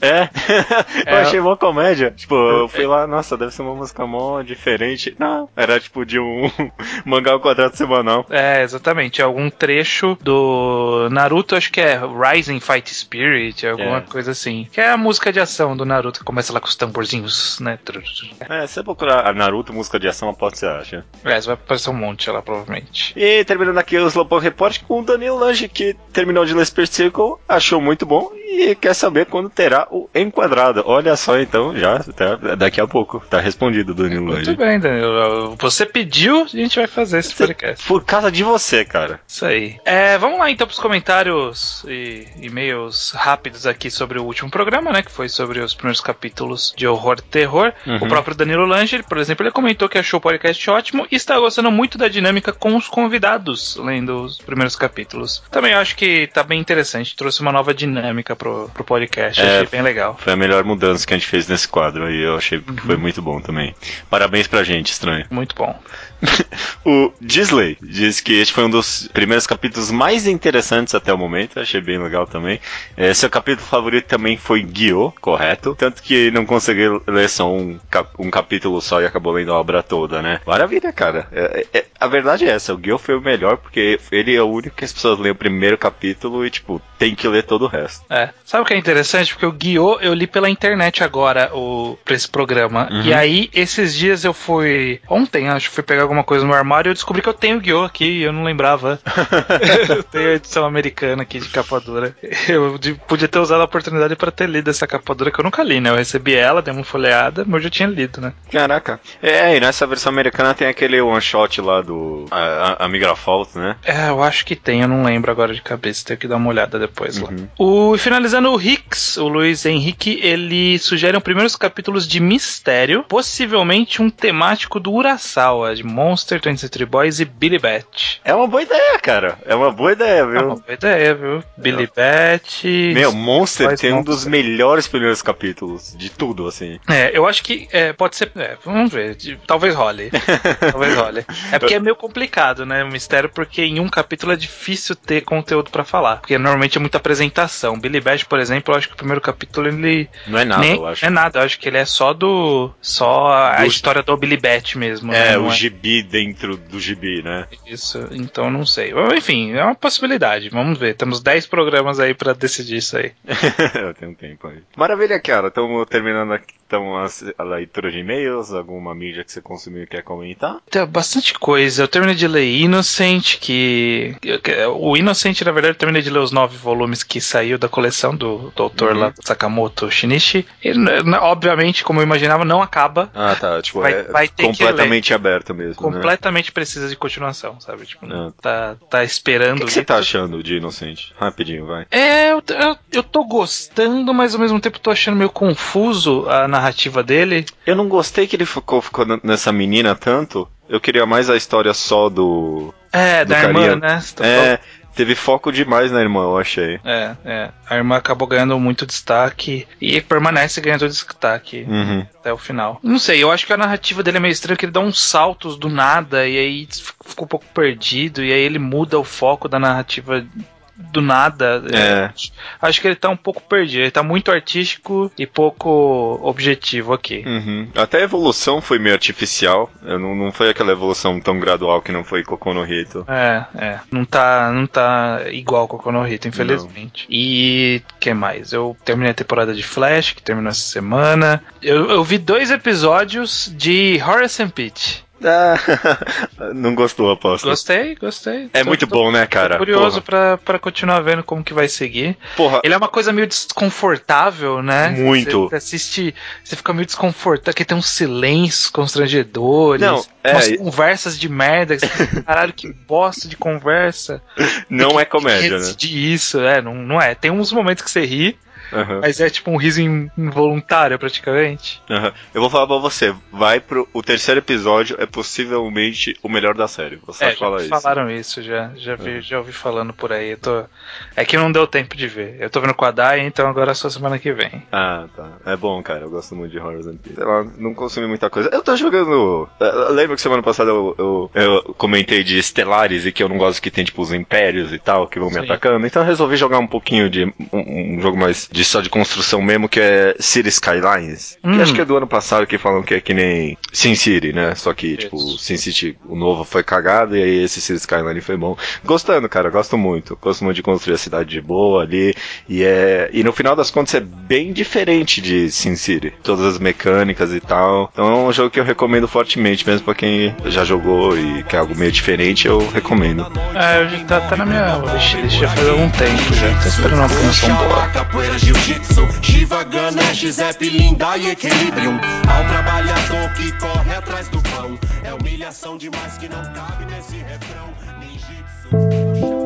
[SPEAKER 1] Eu achei uma comédia. Tipo, eu fui lá, nossa, deve ser uma música mó diferente. Não, era tipo de um mangá ao quadrado semanal.
[SPEAKER 2] Exatamente. Algum trecho do Naruto, acho que é Rising Fight Spirit, alguma coisa assim. Que é a música de ação do Naruto, que começa lá com os tamborzinhos, né?
[SPEAKER 1] Se você procurar a Naruto, música de ação, aposto que você acha.
[SPEAKER 2] Vai aparecer um monte lá, provavelmente.
[SPEAKER 1] E terminando aqui o Slowpoke Report com o Danilo Lange, que terminou de ler Space Circle, achou muito bom e quer saber quando terá o Enquadrado. Olha só, então, já daqui a pouco. Tá respondido, Danilo Lange.
[SPEAKER 2] Muito bem, Danilo. Você pediu, a gente vai fazer esse podcast.
[SPEAKER 1] Por causa de você, cara.
[SPEAKER 2] Isso aí. Vamos lá, então, pros comentários e e-mails rápidos aqui sobre o último programa, né? Que foi sobre os primeiros capítulos de Horror Terror. O próprio Danilo Lange, por exemplo, ele comentou que achou o podcast ótimo e está gostando muito da dinâmica com os convidados, lendo os primeiros capítulos. Também acho que tá bem interessante, trouxe uma nova dinâmica pro podcast, achei bem legal.
[SPEAKER 1] Foi a melhor mudança que a gente fez nesse quadro aí, eu achei que foi muito bom também. Parabéns pra gente, estranho.
[SPEAKER 2] Muito bom.
[SPEAKER 1] O Disley diz que este foi um dos primeiros capítulos mais interessantes até o momento, achei bem legal também. Seu capítulo favorito também foi Gyo, correto? Tanto que não conseguiu ler só um capítulo só e acabou lendo a obra toda, né? Maravilha, cara. A verdade é essa, o Gyo foi o melhor porque ele é o único que as pessoas leem o primeiro capítulo e, tipo, tem que ler todo o resto.
[SPEAKER 2] Sabe o que é interessante? Porque o Gyo eu li pela internet agora pra esse programa. E aí, esses dias eu fui... Ontem, acho que fui pegar alguma coisa no armário e eu descobri que eu tenho o Gyo aqui e eu não lembrava. Eu tenho a edição americana aqui de capa dura. Eu podia ter usado a oportunidade pra ter lido essa capa dura que eu nunca li, né? Eu recebi ela, dei uma folheada, mas eu já tinha lido, né?
[SPEAKER 1] Caraca. E nessa versão americana tem aquele one shot lá do Amiga Fault, né?
[SPEAKER 2] Eu acho que tem, eu não lembro agora de cabeça, tenho que dar uma olhada depois lá. Finalizando o Hicks, o Luiz Henrique, ele sugere os primeiros capítulos de mistério, possivelmente um temático do Urasawa, de Monster, 23 Century Boys e Billy Bat.
[SPEAKER 1] É uma boa ideia, cara. É uma boa ideia, viu?
[SPEAKER 2] É uma boa ideia, viu? Billy Bat...
[SPEAKER 1] Monster tem um dos melhores primeiros capítulos de tudo, assim.
[SPEAKER 2] Eu acho que pode ser... vamos ver. Talvez role. Talvez role. É porque é meio complicado, né? O mistério, porque em um capítulo é difícil ter conteúdo pra falar. Porque normalmente é muita apresentação. Billy Bat, por exemplo, eu acho que o primeiro capítulo ele...
[SPEAKER 1] Não é nada, eu acho.
[SPEAKER 2] Não é nada, eu acho que ele é só a história do Billy Bat mesmo. Né?
[SPEAKER 1] O gibi dentro do gibi, né?
[SPEAKER 2] Isso, então não sei. Enfim, é uma possibilidade. Vamos ver. Temos 10 programas aí pra decidir isso aí.
[SPEAKER 1] Eu tenho tempo aí. Maravilha, cara. Estamos terminando aqui a leitura de e-mails, alguma mídia que você consumiu e quer comentar?
[SPEAKER 2] Tem bastante coisa. Eu terminei de ler Innocent, o Innocent, na verdade, eu terminei de ler os 9 volumes que saiu da coleção do autor lá, Sakamoto Shinichi. E, obviamente, como eu imaginava, não acaba.
[SPEAKER 1] Tá. Tipo,
[SPEAKER 2] vai ter
[SPEAKER 1] completamente aberto mesmo,
[SPEAKER 2] completamente precisa de continuação, sabe? Tipo, tá esperando.
[SPEAKER 1] O que você tá achando de Innocent? Rapidinho, vai.
[SPEAKER 2] Eu tô gostando, mas ao mesmo tempo tô achando meio confuso a narrativa dele.
[SPEAKER 1] Eu não gostei que ele ficou nessa menina tanto. Eu queria mais a história só do
[SPEAKER 2] da
[SPEAKER 1] carinha.
[SPEAKER 2] irmã, né?
[SPEAKER 1] Teve foco demais na irmã, eu achei.
[SPEAKER 2] A irmã acabou ganhando muito destaque e permanece ganhando destaque até o final. Não sei, eu acho que a narrativa dele é meio estranha, que ele dá uns saltos do nada e aí ficou um pouco perdido e aí ele muda o foco da narrativa do nada. Acho que ele tá um pouco perdido. Ele tá muito artístico e pouco objetivo aqui.
[SPEAKER 1] Até a evolução foi meio artificial. Não foi aquela evolução tão gradual que não foi Koku no Hito.
[SPEAKER 2] Não tá igual Koku no Hito, infelizmente. Não. E que mais? Eu terminei a temporada de Flash, que terminou essa semana. Eu vi 2 episódios de Horace and Pete.
[SPEAKER 1] Não gostou, aposto.
[SPEAKER 2] Gostei.
[SPEAKER 1] Muito bom, né, cara?
[SPEAKER 2] Tô curioso pra continuar vendo como que vai seguir.
[SPEAKER 1] Porra.
[SPEAKER 2] Ele é uma coisa meio desconfortável, né?
[SPEAKER 1] Muito.
[SPEAKER 2] Você assiste, você fica meio desconfortável, porque tem uns silêncios constrangedores, umas conversas de merda. Caralho, que bosta de conversa.
[SPEAKER 1] Não é comédia, né?
[SPEAKER 2] Isso, não é. Tem uns momentos que você ri, mas é tipo um riso involuntário, praticamente.
[SPEAKER 1] Eu vou falar pra você, vai pro o 3º episódio, é possivelmente o melhor da série. Você fala isso.
[SPEAKER 2] Falaram isso, já ouvi falando por aí. É que não deu tempo de ver. Eu tô vendo com a Dai, então agora é só semana que vem.
[SPEAKER 1] Tá. É bom, cara, eu gosto muito de Horrors and Pete. Sei lá, não consumi muita coisa. Eu tô jogando... Lembra que semana passada eu comentei de Stellaris e que eu não gosto que tem, tipo, os impérios e tal, que vão me atacando? Então eu resolvi jogar um pouquinho de um jogo mais só de construção mesmo, que é City Skylines. Que acho que é do ano passado, que falam que é que nem Sin City, né? Só que, tipo, Sin City, o novo foi cagado, e aí esse City Skyline foi bom. Gostando, cara, gosto muito. Gosto muito de construir a cidade de boa ali. E no final das contas é bem diferente de Sin City. Todas as mecânicas e tal. Então é um jogo que eu recomendo fortemente, mesmo pra quem já jogou e quer algo meio diferente, eu recomendo.
[SPEAKER 2] Tá na minha wishlist já faz algum tempo já. Tô esperando uma promoção boa.
[SPEAKER 3] Jiu-jitsu, Shiva, Ganesh, Zep, Linda e Equilibrium. Ao trabalhador que corre atrás do pão, é humilhação demais que não cabe nesse refrão. Ninjitsu.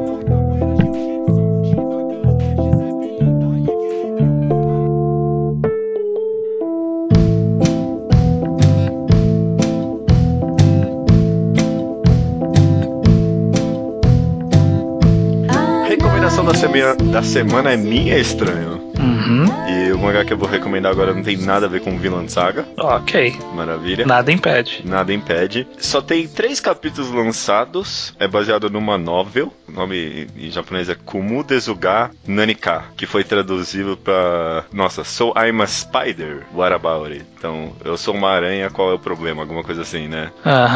[SPEAKER 1] Recomendação da semana é minha, Estranho. E o mangá que eu vou recomendar agora não tem nada a ver com Vinland Saga.
[SPEAKER 2] Ok.
[SPEAKER 1] Maravilha.
[SPEAKER 2] Nada impede.
[SPEAKER 1] Só tem 3 capítulos lançados. É baseado numa novel. O nome em japonês é Kumu Desuga Nanika, que foi traduzido pra... Nossa, So I'm a Spider, what about it? Então, eu sou uma aranha, qual é o problema? Alguma coisa assim, né?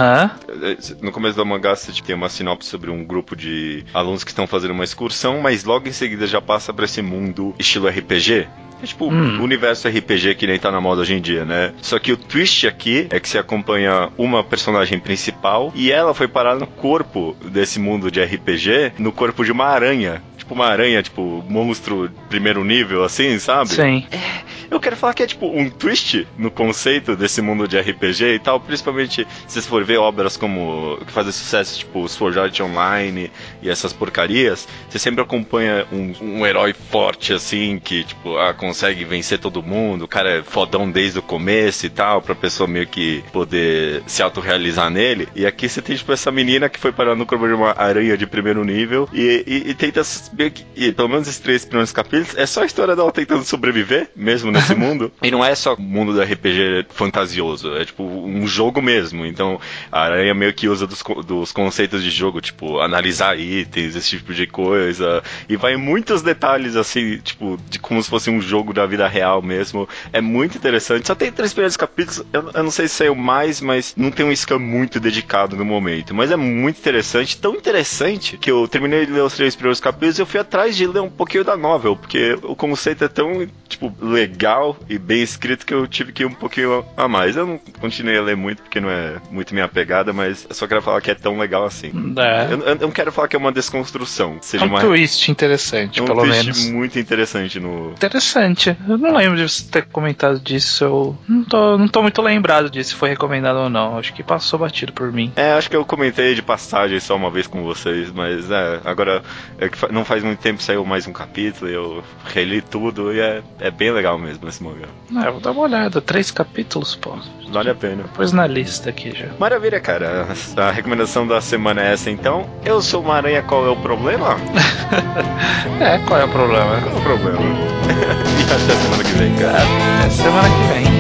[SPEAKER 1] No começo do mangá você tem uma sinopse sobre um grupo de alunos que estão fazendo uma excursão, mas logo em seguida já passa pra esse mundo estilo RPG. É tipo o universo RPG que nem tá na moda hoje em dia, né? Só que o twist aqui é que você acompanha uma personagem principal e ela foi parar no corpo desse mundo de RPG, no corpo de uma aranha. Tipo uma aranha, tipo, monstro primeiro nível, assim, sabe?
[SPEAKER 2] Sim.
[SPEAKER 1] Eu quero falar que é tipo um twist no conceito desse mundo de RPG e tal, principalmente se você for ver obras como que fazem sucesso, tipo Sword Art Online e essas porcarias, você sempre acompanha um herói forte assim, que tipo, consegue vencer todo mundo, o cara é fodão desde o começo e tal, pra pessoa meio que poder se autorrealizar nele. E aqui você tem tipo essa menina que foi parar no corpo de uma aranha de primeiro nível e tenta meio que, e pelo menos esses 3 primeiros capítulos, é só a história dela tentando sobreviver, mesmo nesse mundo. E não é só o mundo do RPG fantasioso, é tipo um jogo mesmo. Então a aranha meio que usa dos conceitos de jogo, tipo analisar itens, esse tipo de coisa, e vai em muitos detalhes assim, tipo, de como se fosse um jogo da vida real mesmo. É muito interessante. Só tem 3 primeiros capítulos, eu não sei se saiu mais, mas não tem um scan muito dedicado no momento. Mas é muito interessante, tão interessante que eu terminei de ler os 3 primeiros capítulos e eu fui atrás de ler um pouquinho da novel, porque o conceito é tão, tipo, legal e bem escrito que eu tive que ir um pouquinho a mais. Eu não continuei a ler muito porque não é muito minha pegada, mas eu só quero falar que é tão legal assim. Eu não quero falar que é uma desconstrução. Seja
[SPEAKER 2] um twist interessante, pelo menos.
[SPEAKER 1] Um twist muito interessante no...
[SPEAKER 2] Interessante. Eu não lembro de você ter comentado disso. Eu não tô muito lembrado disso, se foi recomendado ou não. Acho que passou batido por mim.
[SPEAKER 1] Acho que eu comentei de passagem só uma vez com vocês, mas agora não faz muito tempo saiu mais um capítulo, eu reli tudo e é bem legal mesmo esse mangá.
[SPEAKER 2] Vou dar uma olhada. 3 capítulos, pô.
[SPEAKER 1] Vale a pena.
[SPEAKER 2] Pôs na lista aqui já.
[SPEAKER 1] Maravilha, cara. A recomendação da semana é essa, então. Eu sou uma aranha, qual é o problema?
[SPEAKER 2] Qual é o problema?
[SPEAKER 1] Qual é o problema? E até semana que vem, cara.
[SPEAKER 2] Até semana que vem.